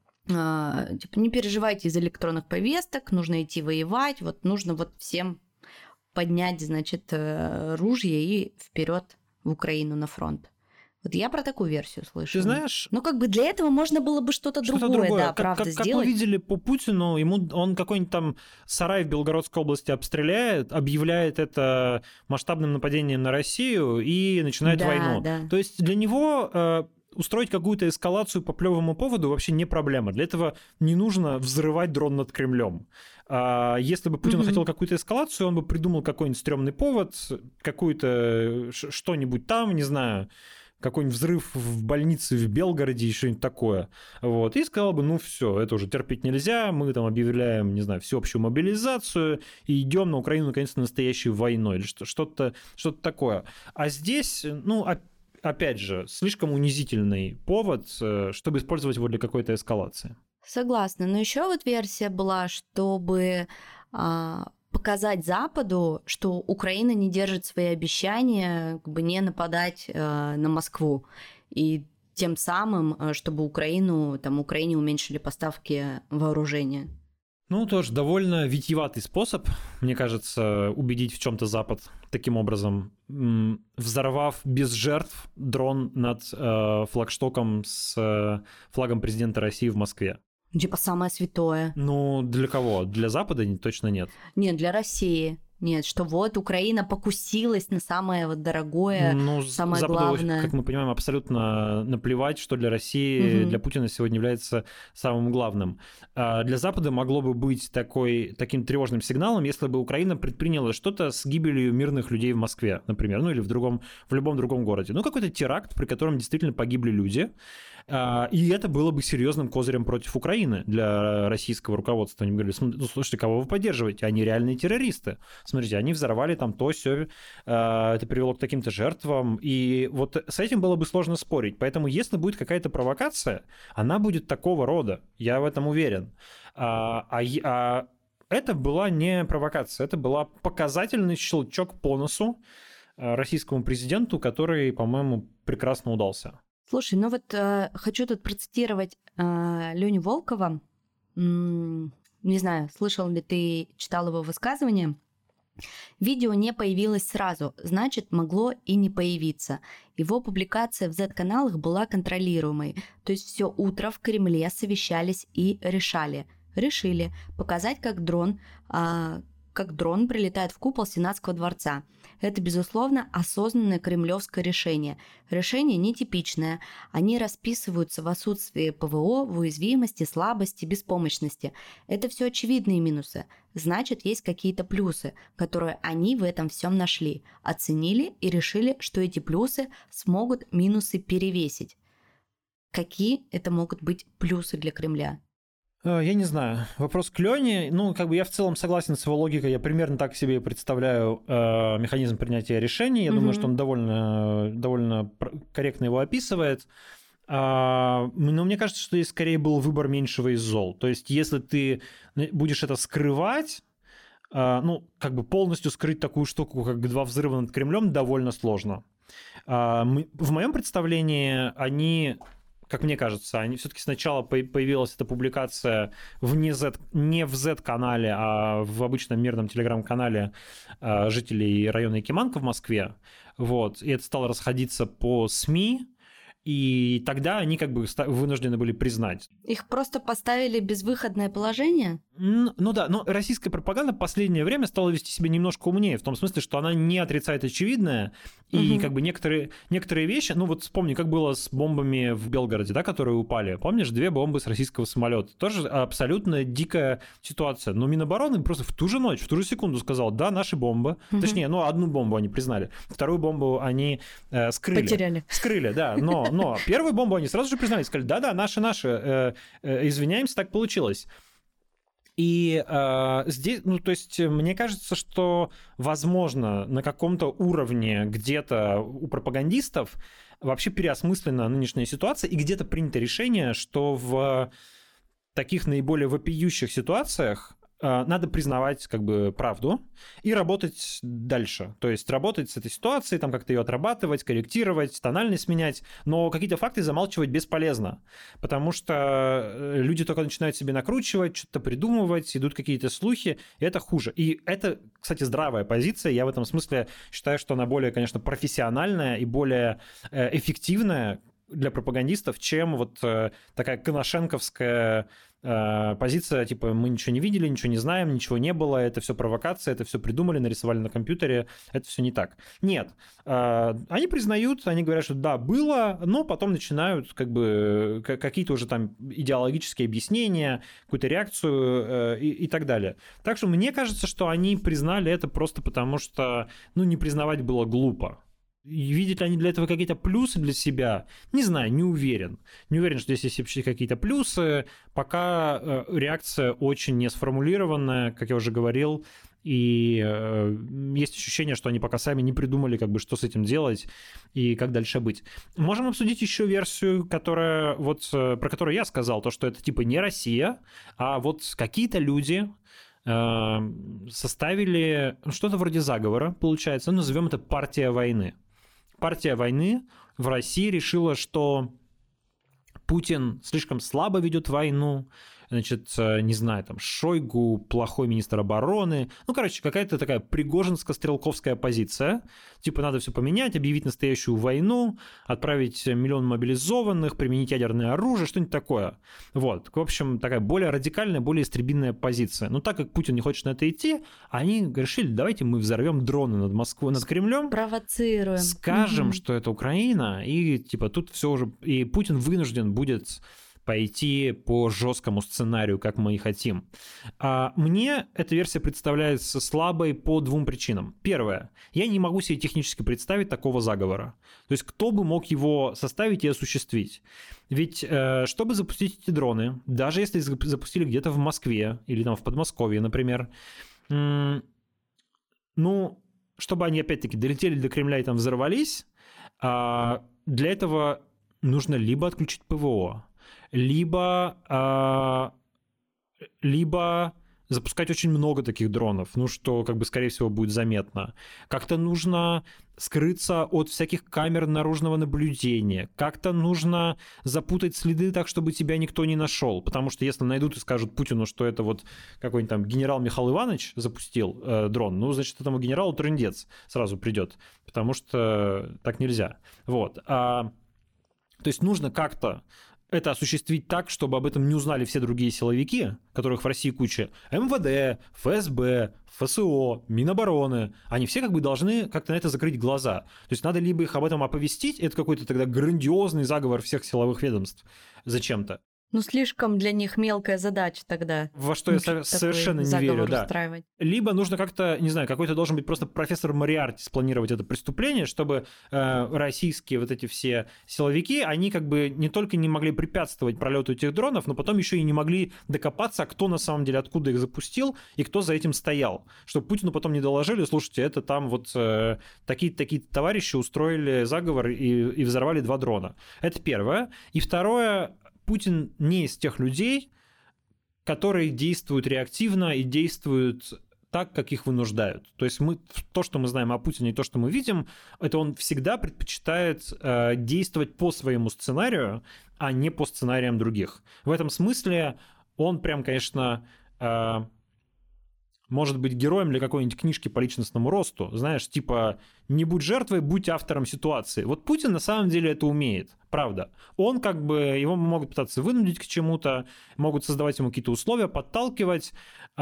э, типа, не переживайте из электронных повесток, нужно идти воевать, вот нужно вот всем поднять, значит, э, ружья и вперед в Украину на фронт. Вот я про такую версию слышу. Ты знаешь... Ну, как бы для этого можно было бы что-то, что-то другое, другое, да, как, правда, как, сделать. Как мы видели по Путину, ему он какой-нибудь там сарай в Белгородской области обстреляет, объявляет это масштабным нападением на Россию и начинает да, войну. Да. То есть для него... Э, устроить какую-то эскалацию по плевому поводу вообще не проблема. Для этого не нужно взрывать дрон над Кремлем. Если бы Путин mm-hmm. хотел какую-то эскалацию, он бы придумал какой-нибудь стрёмный повод, какую-то что-нибудь там, не знаю, какой-нибудь взрыв в больнице в Белгороде и что-нибудь такое. Вот. И сказал бы, ну все, это уже терпеть нельзя, мы там объявляем, не знаю, всеобщую мобилизацию и идем на Украину наконец-то настоящей войной или что-то, что-то такое. А здесь, ну, опять же, слишком унизительный повод, чтобы использовать его для какой-то эскалации. Согласна. Но еще вот версия была, чтобы а, показать Западу, что Украина не держит свои обещания, как бы не нападать а, на Москву. И тем самым, чтобы Украину, там, Украине уменьшили поставки вооружения. Ну, тоже довольно витиеватый способ, мне кажется, убедить в чем-то Запад таким образом, взорвав без жертв дрон над э, флагштоком с э, флагом президента России в Москве. Типа самое святое. Ну, для кого? Для Запада точно нет. Нет, для России. Нет, что вот Украина покусилась на самое вот дорогое, ну, самое Западу, главное. Как мы понимаем, абсолютно наплевать, что для России, угу. для Путина сегодня является самым главным. А для Запада могло бы быть такой, таким тревожным сигналом, если бы Украина предприняла что-то с гибелью мирных людей в Москве, например, ну или в, другом, в любом другом городе. Ну, какой-то теракт, при котором действительно погибли люди. И это было бы серьезным козырем против Украины для российского руководства. Они говорили, ну, слушайте, кого вы поддерживаете? Они реальные террористы. Смотрите, они взорвали там то, сё, это привело к таким-то жертвам. И вот с этим было бы сложно спорить. Поэтому если будет какая-то провокация, она будет такого рода. Я в этом уверен. А, а, а это была не провокация, это была показательный щелчок по носу российскому президенту, который, по-моему, прекрасно удался. Слушай, ну вот э, хочу тут процитировать э, Леню Волкова. М-м, не знаю, слышал ли ты, читал его высказывание. Видео не появилось сразу, значит, могло и не появиться. Его публикация в зет-каналах была контролируемой. То есть все утро в Кремле совещались и решали. Решили показать, как дрон... Э, как дрон прилетает в купол Сенатского дворца. Это, безусловно, осознанное кремлевское решение. Решение нетипичное. Они расписываются в отсутствии ПВО, в уязвимости, слабости, беспомощности. Это все очевидные минусы. Значит, есть какие-то плюсы, которые они в этом всем нашли, оценили и решили, что эти плюсы смогут минусы перевесить. Какие это могут быть плюсы для Кремля? Я не знаю. Вопрос к Лене. Ну, как бы я в целом согласен с его логикой. Я примерно так себе представляю э, механизм принятия решений. Я mm-hmm. думаю, что он довольно, довольно корректно его описывает. А, но мне кажется, что здесь скорее был выбор меньшего из зол. То есть, если ты будешь это скрывать, а, ну, как бы полностью скрыть такую штуку, как два взрыва над Кремлем, довольно сложно. А, мы, в моем представлении они... Как мне кажется, они все-таки сначала появилась эта публикация вне Z, не в зет-канале, а в обычном мирном телеграм-канале жителей района Якиманка в Москве. Вот. И это стало расходиться по СМИ. И тогда они как бы вынуждены были признать. Их просто поставили в безвыходное положение? Ну, ну да, но российская пропаганда в последнее время стала вести себя немножко умнее, в том смысле, что она не отрицает очевидное, и угу. как бы некоторые, некоторые вещи, ну вот вспомни, как было с бомбами в Белгороде, да, которые упали. Помнишь, две бомбы с российского самолета? Тоже абсолютно дикая ситуация. Но Минобороны просто в ту же ночь, в ту же секунду сказал, да, наши бомбы. Угу. Точнее, ну одну бомбу они признали, вторую бомбу они э, скрыли. Потеряли. Скрыли, да, но... Но первую бомбу они сразу же признали, сказали, да-да, наши-наши, э, э, извиняемся, так получилось. И э, здесь, ну, то есть, мне кажется, что, возможно, на каком-то уровне где-то у пропагандистов вообще переосмыслена нынешняя ситуация, и где-то принято решение, что в таких наиболее вопиющих ситуациях надо признавать как бы правду и работать дальше. То есть работать с этой ситуацией, там как-то ее отрабатывать, корректировать, тональность менять, но какие-то факты замалчивать бесполезно, потому что люди только начинают себе накручивать, что-то придумывать, идут какие-то слухи, и это хуже. И это, кстати, здравая позиция. Я в этом смысле считаю, что она более, конечно, профессиональная и более эффективная для пропагандистов, чем вот такая коношенковская позиция, типа, мы ничего не видели, ничего не знаем, ничего не было, это все провокация, это все придумали, нарисовали на компьютере, это все не так. Нет, они признают, они говорят, что да, было, но потом начинают как бы какие-то уже там идеологические объяснения, какую-то реакцию и, и так далее. Так что мне кажется, что они признали это просто потому, что, ну, не признавать было глупо. Видят ли они для этого какие-то плюсы для себя? Не знаю, не уверен. Не уверен, что здесь есть вообще какие-то плюсы. Пока э, реакция очень не сформулированная, как я уже говорил, и э, есть ощущение, что они пока сами не придумали, как бы, что с этим делать и как дальше быть. Можем обсудить еще версию, которая, вот, э, про которую я сказал, то, что это типа не Россия, а вот какие-то люди э, составили что-то вроде заговора, получается, назовем это партия войны. Партия войны в России решила, что Путин слишком слабо ведет войну, значит, не знаю, там, Шойгу плохой министр обороны. Ну, короче, какая-то такая пригожинско-стрелковская позиция. Типа, надо все поменять, объявить настоящую войну, отправить миллион мобилизованных, применить ядерное оружие, что-нибудь такое. Вот. В общем, такая более радикальная, более истребительная позиция. Но так как Путин не хочет на это идти, они решили, давайте мы взорвем дроны над Москвой, над Кремлем. Провоцируем. Скажем, угу. что это Украина, и типа тут все уже... И Путин вынужден будет пойти по жесткому сценарию, как мы и хотим. А мне эта версия представляется слабой по двум причинам. Первое. Я не могу себе технически представить такого заговора. То есть кто бы мог его составить и осуществить? Ведь э, чтобы запустить эти дроны, даже если запустили где-то в Москве или там в Подмосковье, например, м- ну, чтобы они опять-таки долетели до Кремля и там взорвались, э, для этого нужно либо отключить ПВО, либо, э, либо запускать очень много таких дронов, ну, что, как бы, скорее всего, будет заметно. Как-то нужно скрыться от всяких камер наружного наблюдения, как-то нужно запутать следы так, чтобы тебя никто не нашел, потому что если найдут и скажут Путину, что это вот какой-нибудь там генерал Михаил Иванович запустил э, дрон, ну, значит, этому генералу трындец сразу придет, потому что так нельзя. Вот. А, то есть нужно как-то это осуществить так, чтобы об этом не узнали все другие силовики, которых в России куча, эм вэ дэ, эф эс бэ, эф эс о, Минобороны. Они все как бы должны как-то на это закрыть глаза. То есть надо либо их об этом оповестить, это какой-то тогда грандиозный заговор всех силовых ведомств зачем-то. Ну, слишком для них мелкая задача тогда. Во что я со- совершенно не верю, да. Либо нужно как-то, не знаю, какой-то должен быть просто профессор Мориарти спланировать это преступление, чтобы э, российские вот эти все силовики, они как бы не только не могли препятствовать пролету этих дронов, но потом еще и не могли докопаться, кто на самом деле, откуда их запустил и кто за этим стоял. Чтобы Путину потом не доложили, слушайте, это там вот э, такие-то такие товарищи устроили заговор и, и взорвали два дрона. Это первое. И второе, Путин не из тех людей, которые действуют реактивно и действуют так, как их вынуждают. То есть мы, то, что мы знаем о Путине и то, что мы видим, это он всегда предпочитает э, действовать по своему сценарию, а не по сценариям других. В этом смысле он прям, конечно, э, может быть героем для какой-нибудь книжки по личностному росту. Знаешь, типа «не будь жертвой, будь автором ситуации». Вот Путин на самом деле это умеет, правда. Он как бы, его могут пытаться вынудить к чему-то, могут создавать ему какие-то условия, подталкивать.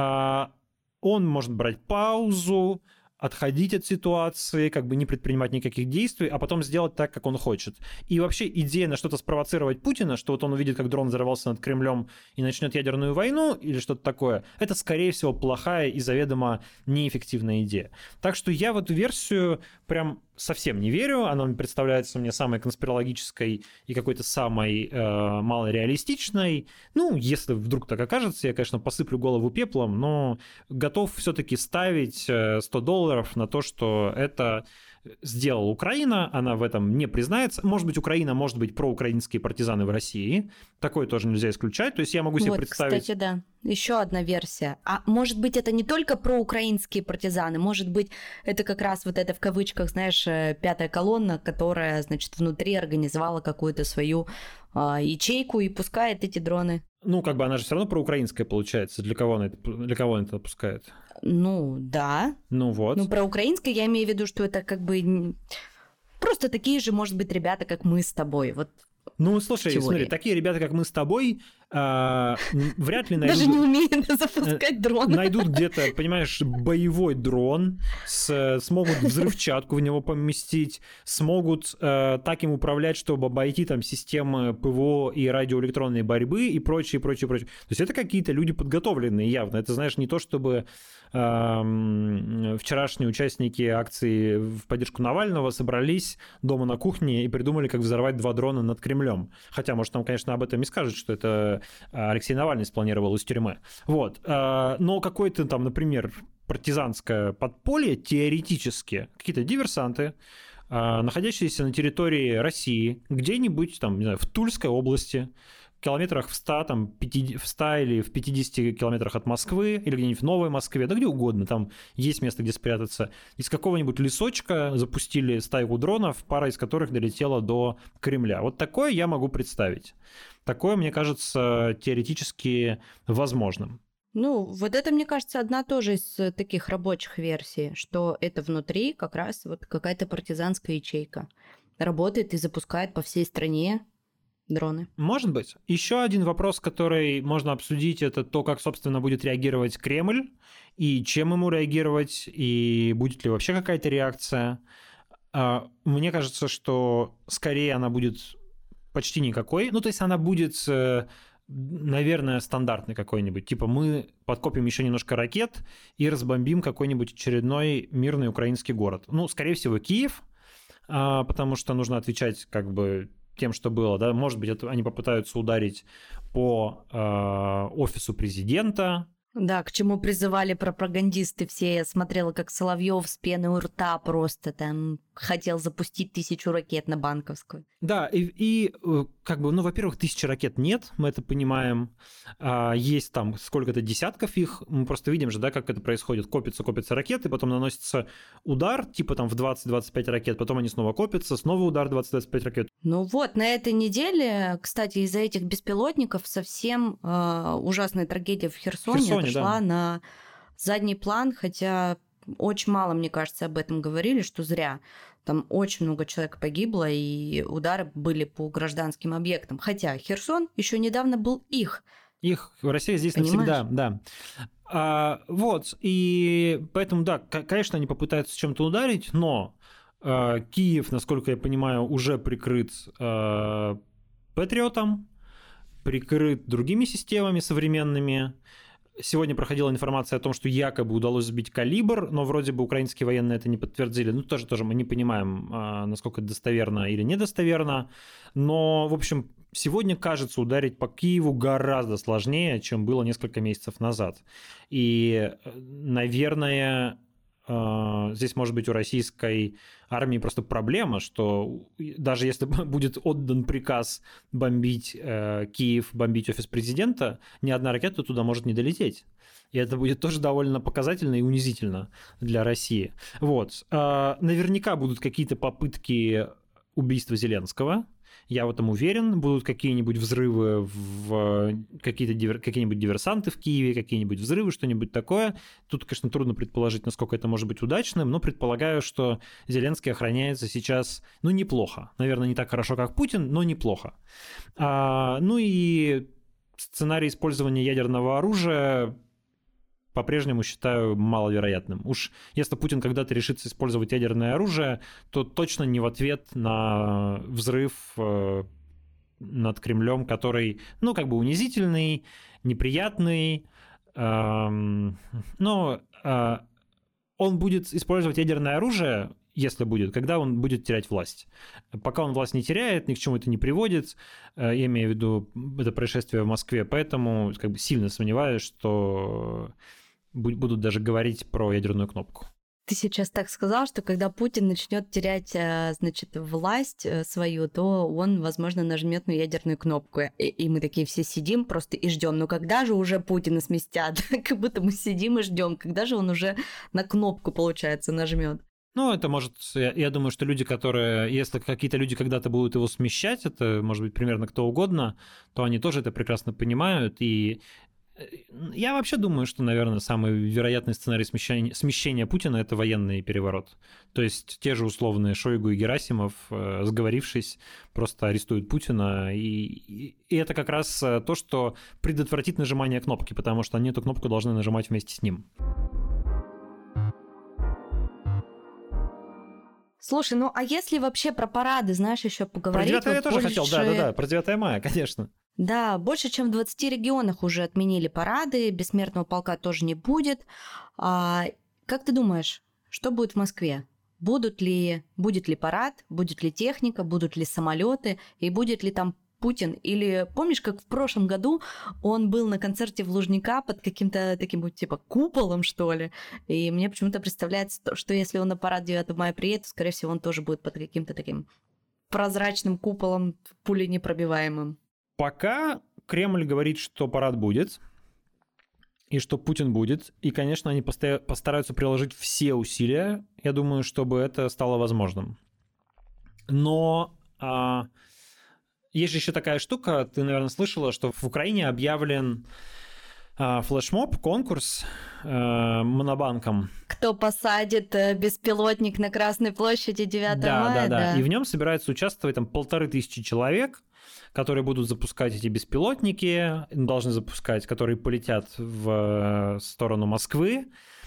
Он может брать паузу, отходить от ситуации, как бы не предпринимать никаких действий, а потом сделать так, как он хочет. И вообще идея на что-то спровоцировать Путина, что вот он увидит, как дрон взорвался над Кремлем и начнет ядерную войну или что-то такое, это, скорее всего, плохая и заведомо неэффективная идея. Так что я в эту версию прям совсем не верю, она представляется мне самой конспирологической и какой-то самой э, малореалистичной. Ну, если вдруг так окажется, я, конечно, посыплю голову пеплом, но готов все-таки ставить сто долларов на то, что это сделала Украина, она в этом не признается. Может быть, Украина, может быть, проукраинские партизаны в России. Такое тоже нельзя исключать. То есть я могу себе вот, представить... Кстати, да. Еще одна версия. А может быть, это не только проукраинские партизаны, может быть, это как раз вот это в кавычках, знаешь, пятая колонна, которая, значит, внутри организовала какую-то свою а, ячейку и пускает эти дроны. Ну, как бы она же все равно проукраинская получается. Для кого она это, для кого она это пускает? Ну, да. Ну вот. Ну, проукраинская, я имею в виду, что это как бы просто такие же, может быть, ребята, как мы с тобой. Вот. Ну, слушай, смотри, такие ребята, как мы с тобой, а, вряд ли найдут... Даже не умеют запускать дрон. Найдут где-то, понимаешь, боевой дрон, с, смогут взрывчатку в него поместить, смогут а, так им управлять, чтобы обойти там системы ПВО и радиоэлектронной борьбы и прочее, прочее, прочее. То есть это какие-то люди подготовленные явно. Это, знаешь, не то, чтобы а, вчерашние участники акции в поддержку Навального собрались дома на кухне и придумали, как взорвать два дрона над Кремлем. Хотя, может, там, конечно, об этом и скажут, что это Алексей Навальный спланировал из тюрьмы. Вот. Но какое-то там, например, партизанское подполье, теоретически, какие-то диверсанты, находящиеся на территории России, где-нибудь там, не знаю, в Тульской области, в километрах в ста, там, пятьдесят, в ста или в пятидесяти километрах от Москвы, или где-нибудь в Новой Москве, да где угодно, там есть место, где спрятаться. Из какого-нибудь лесочка запустили стайку дронов, пара из которых долетела до Кремля. Вот такое я могу представить. Такое, мне кажется, теоретически возможным. Ну, вот это, мне кажется, одна тоже из таких рабочих версий, что это внутри как раз вот какая-то партизанская ячейка работает и запускает по всей стране дроны. Может быть. Еще один вопрос, который можно обсудить, это то, как, собственно, будет реагировать Кремль, и чем ему реагировать, и будет ли вообще какая-то реакция. Мне кажется, что скорее она будет почти никакой. Ну, то есть она будет, наверное, стандартной какой-нибудь. Типа мы подкопим еще немножко ракет и разбомбим какой-нибудь очередной мирный украинский город. Ну, скорее всего, Киев, потому что нужно отвечать как бы тем, что было. Да? Может быть, это, они попытаются ударить по офису президента. Да, к чему призывали пропагандисты все. Я смотрела, как Соловьев с пеной у рта просто там хотел запустить тысячу ракет на Банковскую. Да, и, и как бы, ну, во-первых, тысячи ракет нет, мы это понимаем. Есть там сколько-то десятков их. Мы просто видим же, да, как это происходит. Копятся, копятся ракеты, потом наносится удар, типа там в двадцать-двадцать пять ракет, потом они снова копятся, снова удар двадцать-двадцать пять ракет. Ну вот, на этой неделе, кстати, из-за этих беспилотников совсем э, ужасная трагедия в Херсоне, Херсоне отошла да. на задний план, хотя очень мало, мне кажется, об этом говорили, что зря. Там очень много человек погибло, и удары были по гражданским объектам. Хотя Херсон еще недавно был их. Их Россия здесь Понимаешь? навсегда, да. А, вот, и поэтому, да, конечно, они попытаются чем-то ударить, но а, Киев, насколько я понимаю, уже прикрыт а, Патриотом, прикрыт другими системами современными. Сегодня проходила информация о том, что якобы удалось сбить «Калибр», но вроде бы украинские военные это не подтвердили. Ну, тоже, тоже мы не понимаем, насколько это достоверно или недостоверно. Но, в общем, сегодня, кажется, ударить по Киеву гораздо сложнее, чем было несколько месяцев назад. И, наверное, здесь, может быть, у российской армии просто проблема, что даже если будет отдан приказ бомбить э, Киев, бомбить офис президента, ни одна ракета туда может не долететь. И это будет тоже довольно показательно и унизительно для России. Вот. Э, наверняка будут какие-то попытки убийства Зеленского. Я в этом уверен. Будут какие-нибудь взрывы, в какие-то дивер... какие-нибудь диверсанты в Киеве, какие-нибудь взрывы, что-нибудь такое. Тут, конечно, трудно предположить, насколько это может быть удачным, но предполагаю, что Зеленский охраняется сейчас, ну, неплохо. Наверное, не так хорошо, как Путин, но неплохо. А, ну и сценарий использования ядерного оружия по-прежнему считаю маловероятным. Уж если Путин когда-то решится использовать ядерное оружие, то точно не в ответ на взрыв над Кремлем, который, ну, как бы унизительный, неприятный, но он будет использовать ядерное оружие, если будет, когда он будет терять власть. Пока он власть не теряет, ни к чему это не приводит, я имею в виду это происшествие в Москве, поэтому как бы сильно сомневаюсь, что будут даже говорить про ядерную кнопку. Ты сейчас так сказал, что когда Путин начнет терять, значит, власть свою, то он, возможно, нажмет на ядерную кнопку. И, и мы такие все сидим просто и ждем. Ну когда же уже Путина сместят? Как будто мы сидим и ждем, когда же он уже на кнопку, получается, нажмет. Ну, это может, я, я думаю, что люди, которые, если какие-то люди когда-то будут его смещать, это может быть примерно кто угодно, то они тоже это прекрасно понимают. И я вообще думаю, что, наверное, самый вероятный сценарий смещения, смещения Путина – это военный переворот. То есть те же условные Шойгу и Герасимов, сговорившись, просто арестуют Путина. И, и это как раз то, что предотвратит нажимание кнопки, потому что они эту кнопку должны нажимать вместе с ним. Слушай, ну а если вообще про парады, знаешь, еще поговорить? Про девятое вот я тоже больше... хотел, да-да-да, про девятое мая, конечно. Да, больше чем в двадцати регионах уже отменили парады, бессмертного полка тоже не будет. А, как ты думаешь, что будет в Москве? Будут ли, будет ли парад, будет ли техника, будут ли самолеты, и будет ли там Путин? Или помнишь, как в прошлом году он был на концерте в Лужника под каким-то таким вот типа куполом, что ли? И мне почему-то представляется, что если он на парад девятого мая приедет, то, скорее всего, он тоже будет под каким-то таким прозрачным куполом, пуленепробиваемым. Пока Кремль говорит, что парад будет, и что Путин будет, и, конечно, они постараются приложить все усилия, я думаю, чтобы это стало возможным. Но а, есть же еще такая штука, ты, наверное, слышала, что в Украине объявлен а, флешмоб, конкурс а, монобанком. Кто посадит беспилотник на Красной площади девятого да, мая? Да, да, да. И в нем собираются участвовать там полторы тысячи человек, которые будут запускать эти беспилотники, должны запускать, которые полетят в сторону Москвы.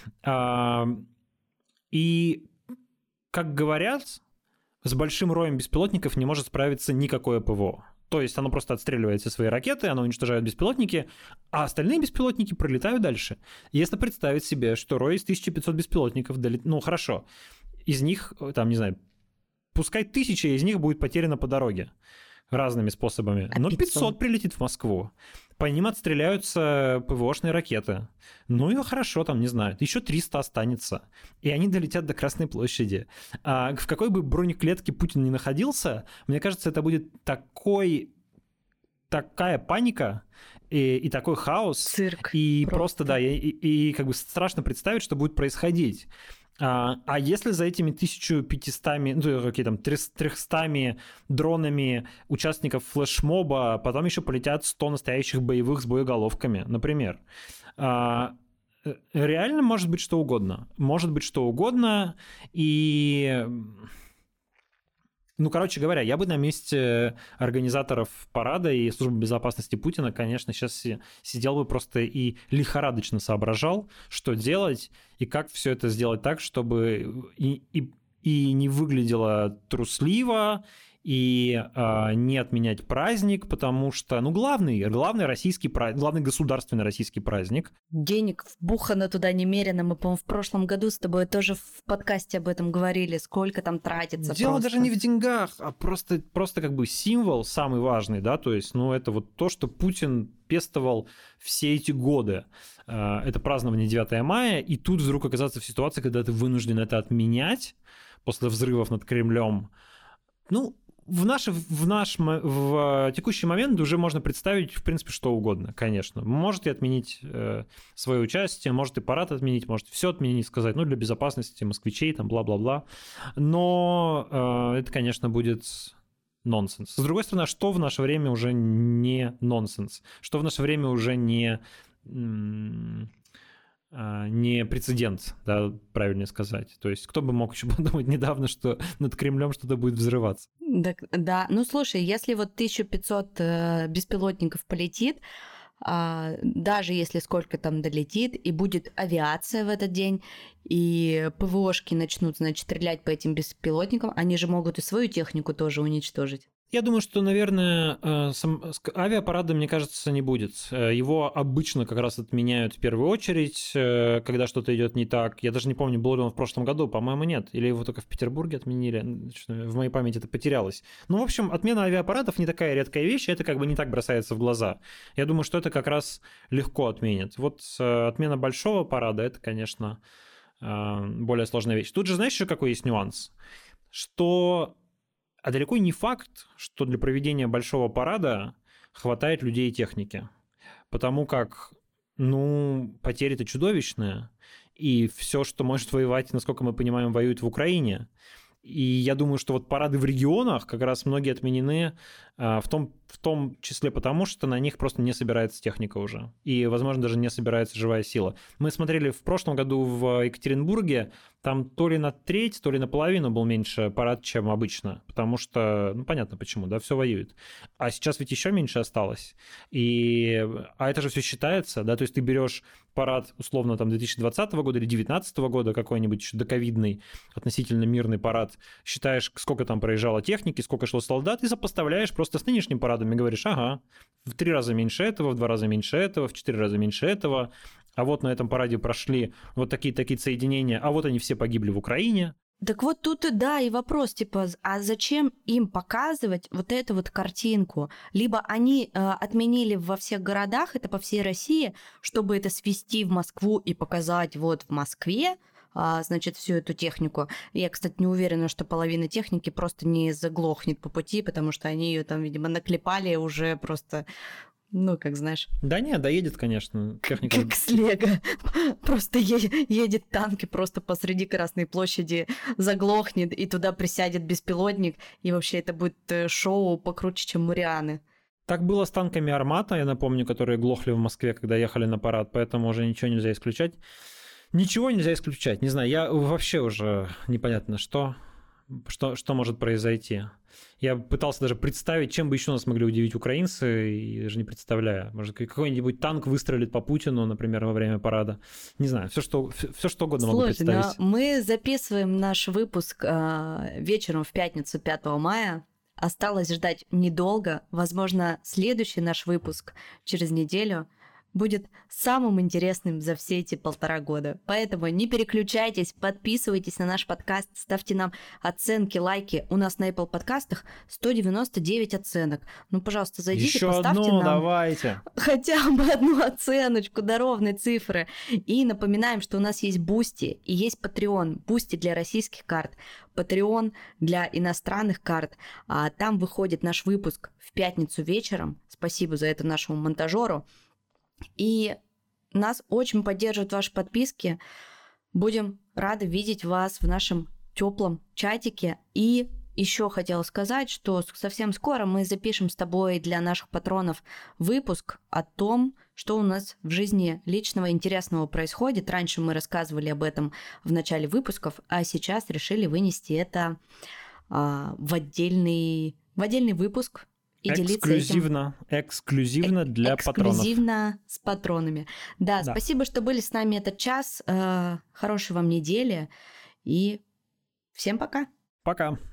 И, как говорят, с большим роем беспилотников не может справиться никакое ПВО. То есть оно просто отстреливает все свои ракеты, оно уничтожает беспилотники, а остальные беспилотники пролетают дальше. Если представить себе, что рой из тысяча пятьсот беспилотников, долет... ну хорошо, из них, там, не знаю, пускай тысяча из них будет потеряно по дороге разными способами, а но пятьсот? пятьсот прилетит в Москву. По ним отстреляются ПВОшные ракеты. Ну и хорошо, там, не знаю, еще триста останется. И они долетят до Красной площади. А в какой бы бронеклетке Путин ни находился, мне кажется, это будет такой, такая паника и, и такой хаос. Цирк. И просто, просто да, и, и, и как бы страшно представить, что будет происходить. А, а если за этими тысяча пятьсот, ну, какие там, тремястами дронами участников флешмоба потом еще полетят сто настоящих боевых с боеголовками, например. А, реально может быть что угодно. Может быть что угодно, и... Ну, короче говоря, я бы на месте организаторов парада и службы безопасности Путина, конечно, сейчас сидел бы просто и лихорадочно соображал, что делать и как все это сделать так, чтобы и, и, и не выглядело трусливо, и а, не отменять праздник, потому что, ну, главный, главный российский праздник, главный государственный российский праздник. Денег вбухано туда немерено. Мы, по-моему, в прошлом году с тобой тоже в подкасте об этом говорили, сколько там тратится. Дело просто. даже не в деньгах, а просто, просто как бы символ самый важный, да, то есть, ну, это вот то, что Путин пестовал все эти годы. Это празднование девятого мая, и тут вдруг оказаться в ситуации, когда ты вынужден это отменять после взрывов над Кремлем. Ну, В наш, в наш в текущий момент уже можно представить, в принципе, что угодно, конечно. Может и отменить э, свое участие, может и парад отменить, может все отменить, сказать, ну, для безопасности москвичей, там, бла-бла-бла. Но э, это, конечно, будет нонсенс. С другой стороны, что в наше время уже не нонсенс? Что в наше время уже не... М- не прецедент, да, правильнее сказать. То есть кто бы мог еще подумать недавно, что над Кремлем что-то будет взрываться. Да, да, ну слушай, если вот тысяча пятьсот э, беспилотников полетит, э, даже если сколько там долетит, и будет авиация в этот день, и ПВОшки начнут, значит, стрелять по этим беспилотникам, они же могут и свою технику тоже уничтожить. Я думаю, что, наверное, авиапарада, мне кажется, не будет. Его обычно как раз отменяют в первую очередь, когда что-то идет не так. Я даже не помню, был ли он в прошлом году, по-моему, нет. Или его только в Петербурге отменили. В моей памяти это потерялось. Ну, в общем, отмена авиапарадов не такая редкая вещь, это как бы не так бросается в глаза. Я думаю, что это как раз легко отменят. Вот отмена большого парада, это, конечно, более сложная вещь. Тут же, знаешь, еще какой есть нюанс? Что... А далеко не факт, что для проведения большого парада хватает людей и техники. Потому как, ну, потери-то чудовищные. И все, что может воевать, насколько мы понимаем, воюет в Украине. И я думаю, что вот парады в регионах как раз многие отменены, в том, в том числе потому, что на них просто не собирается техника уже. И, возможно, даже не собирается живая сила. Мы смотрели в прошлом году в Екатеринбурге, там то ли на треть, то ли на половину был меньше парад, чем обычно. Потому что, ну, понятно почему, да, все воюет. А сейчас ведь еще меньше осталось. И... А это же все считается, да, то есть ты берешь парад, условно, там, две тысячи двадцатого года или две тысячи девятнадцатого года, какой-нибудь еще доковидный, относительно мирный парад, считаешь, сколько там проезжало техники, сколько шло солдат, и сопоставляешь просто с нынешним парадом и говоришь, ага, в три раза меньше этого, в два раза меньше этого, в четыре раза меньше этого, а вот на этом параде прошли вот такие-такие соединения, а вот они все погибли в Украине. Так вот тут и да, и вопрос, типа, а зачем им показывать вот эту вот картинку? Либо они э, отменили во всех городах, это по всей России, чтобы это свести в Москву и показать вот в Москве, а, значит, всю эту технику. Я, кстати, не уверена, что половина техники просто не заглохнет по пути, потому что они ее там, видимо, наклепали уже просто... Ну, как знаешь. Да нет, доедет, конечно. Техника... Как с Лего. Просто е- едет танк и просто посреди Красной площади заглохнет, и туда присядет беспилотник, и вообще это будет шоу покруче, чем Марианы. Так было с танками «Армата», я напомню, которые глохли в Москве, когда ехали на парад, поэтому уже ничего нельзя исключать. Ничего нельзя исключать. Не знаю, я вообще уже непонятно, что, что, что может произойти. Я пытался даже представить, чем бы еще нас могли удивить украинцы, и даже не представляю. Может, какой-нибудь танк выстрелит по Путину, например, во время парада. Не знаю, все что, все, что угодно могу Слушай, представить. Но мы записываем наш выпуск э, вечером в пятницу пятого мая. осталось ждать недолго. Возможно, следующий наш выпуск через неделю будет самым интересным за все эти полтора года. Поэтому не переключайтесь, подписывайтесь на наш подкаст, ставьте нам оценки, лайки. У нас на Apple подкастах сто девяносто девять оценок. Ну, пожалуйста, зайдите, Еще поставьте одну, нам давайте. хотя бы одну оценочку до ровной цифры. И напоминаем, что у нас есть Boosty и есть Patreon. Boosty для российских карт, Patreon для иностранных карт. А там выходит наш выпуск в пятницу вечером. Спасибо за это нашему монтажеру. И нас очень поддерживают ваши подписки. Будем рады видеть вас в нашем теплом чатике. И еще хотела сказать, что совсем скоро мы запишем с тобой для наших патронов выпуск о том, что у нас в жизни личного интересного происходит. Раньше мы рассказывали об этом в начале выпусков, а сейчас решили вынести это а, в отдельный, в отдельный выпуск. И эксклюзивно, эксклюзивно для эксклюзивно патронов. Эксклюзивно с патронами. Да, Да. Спасибо, что были с нами этот час. Хорошей вам недели. И всем пока. Пока.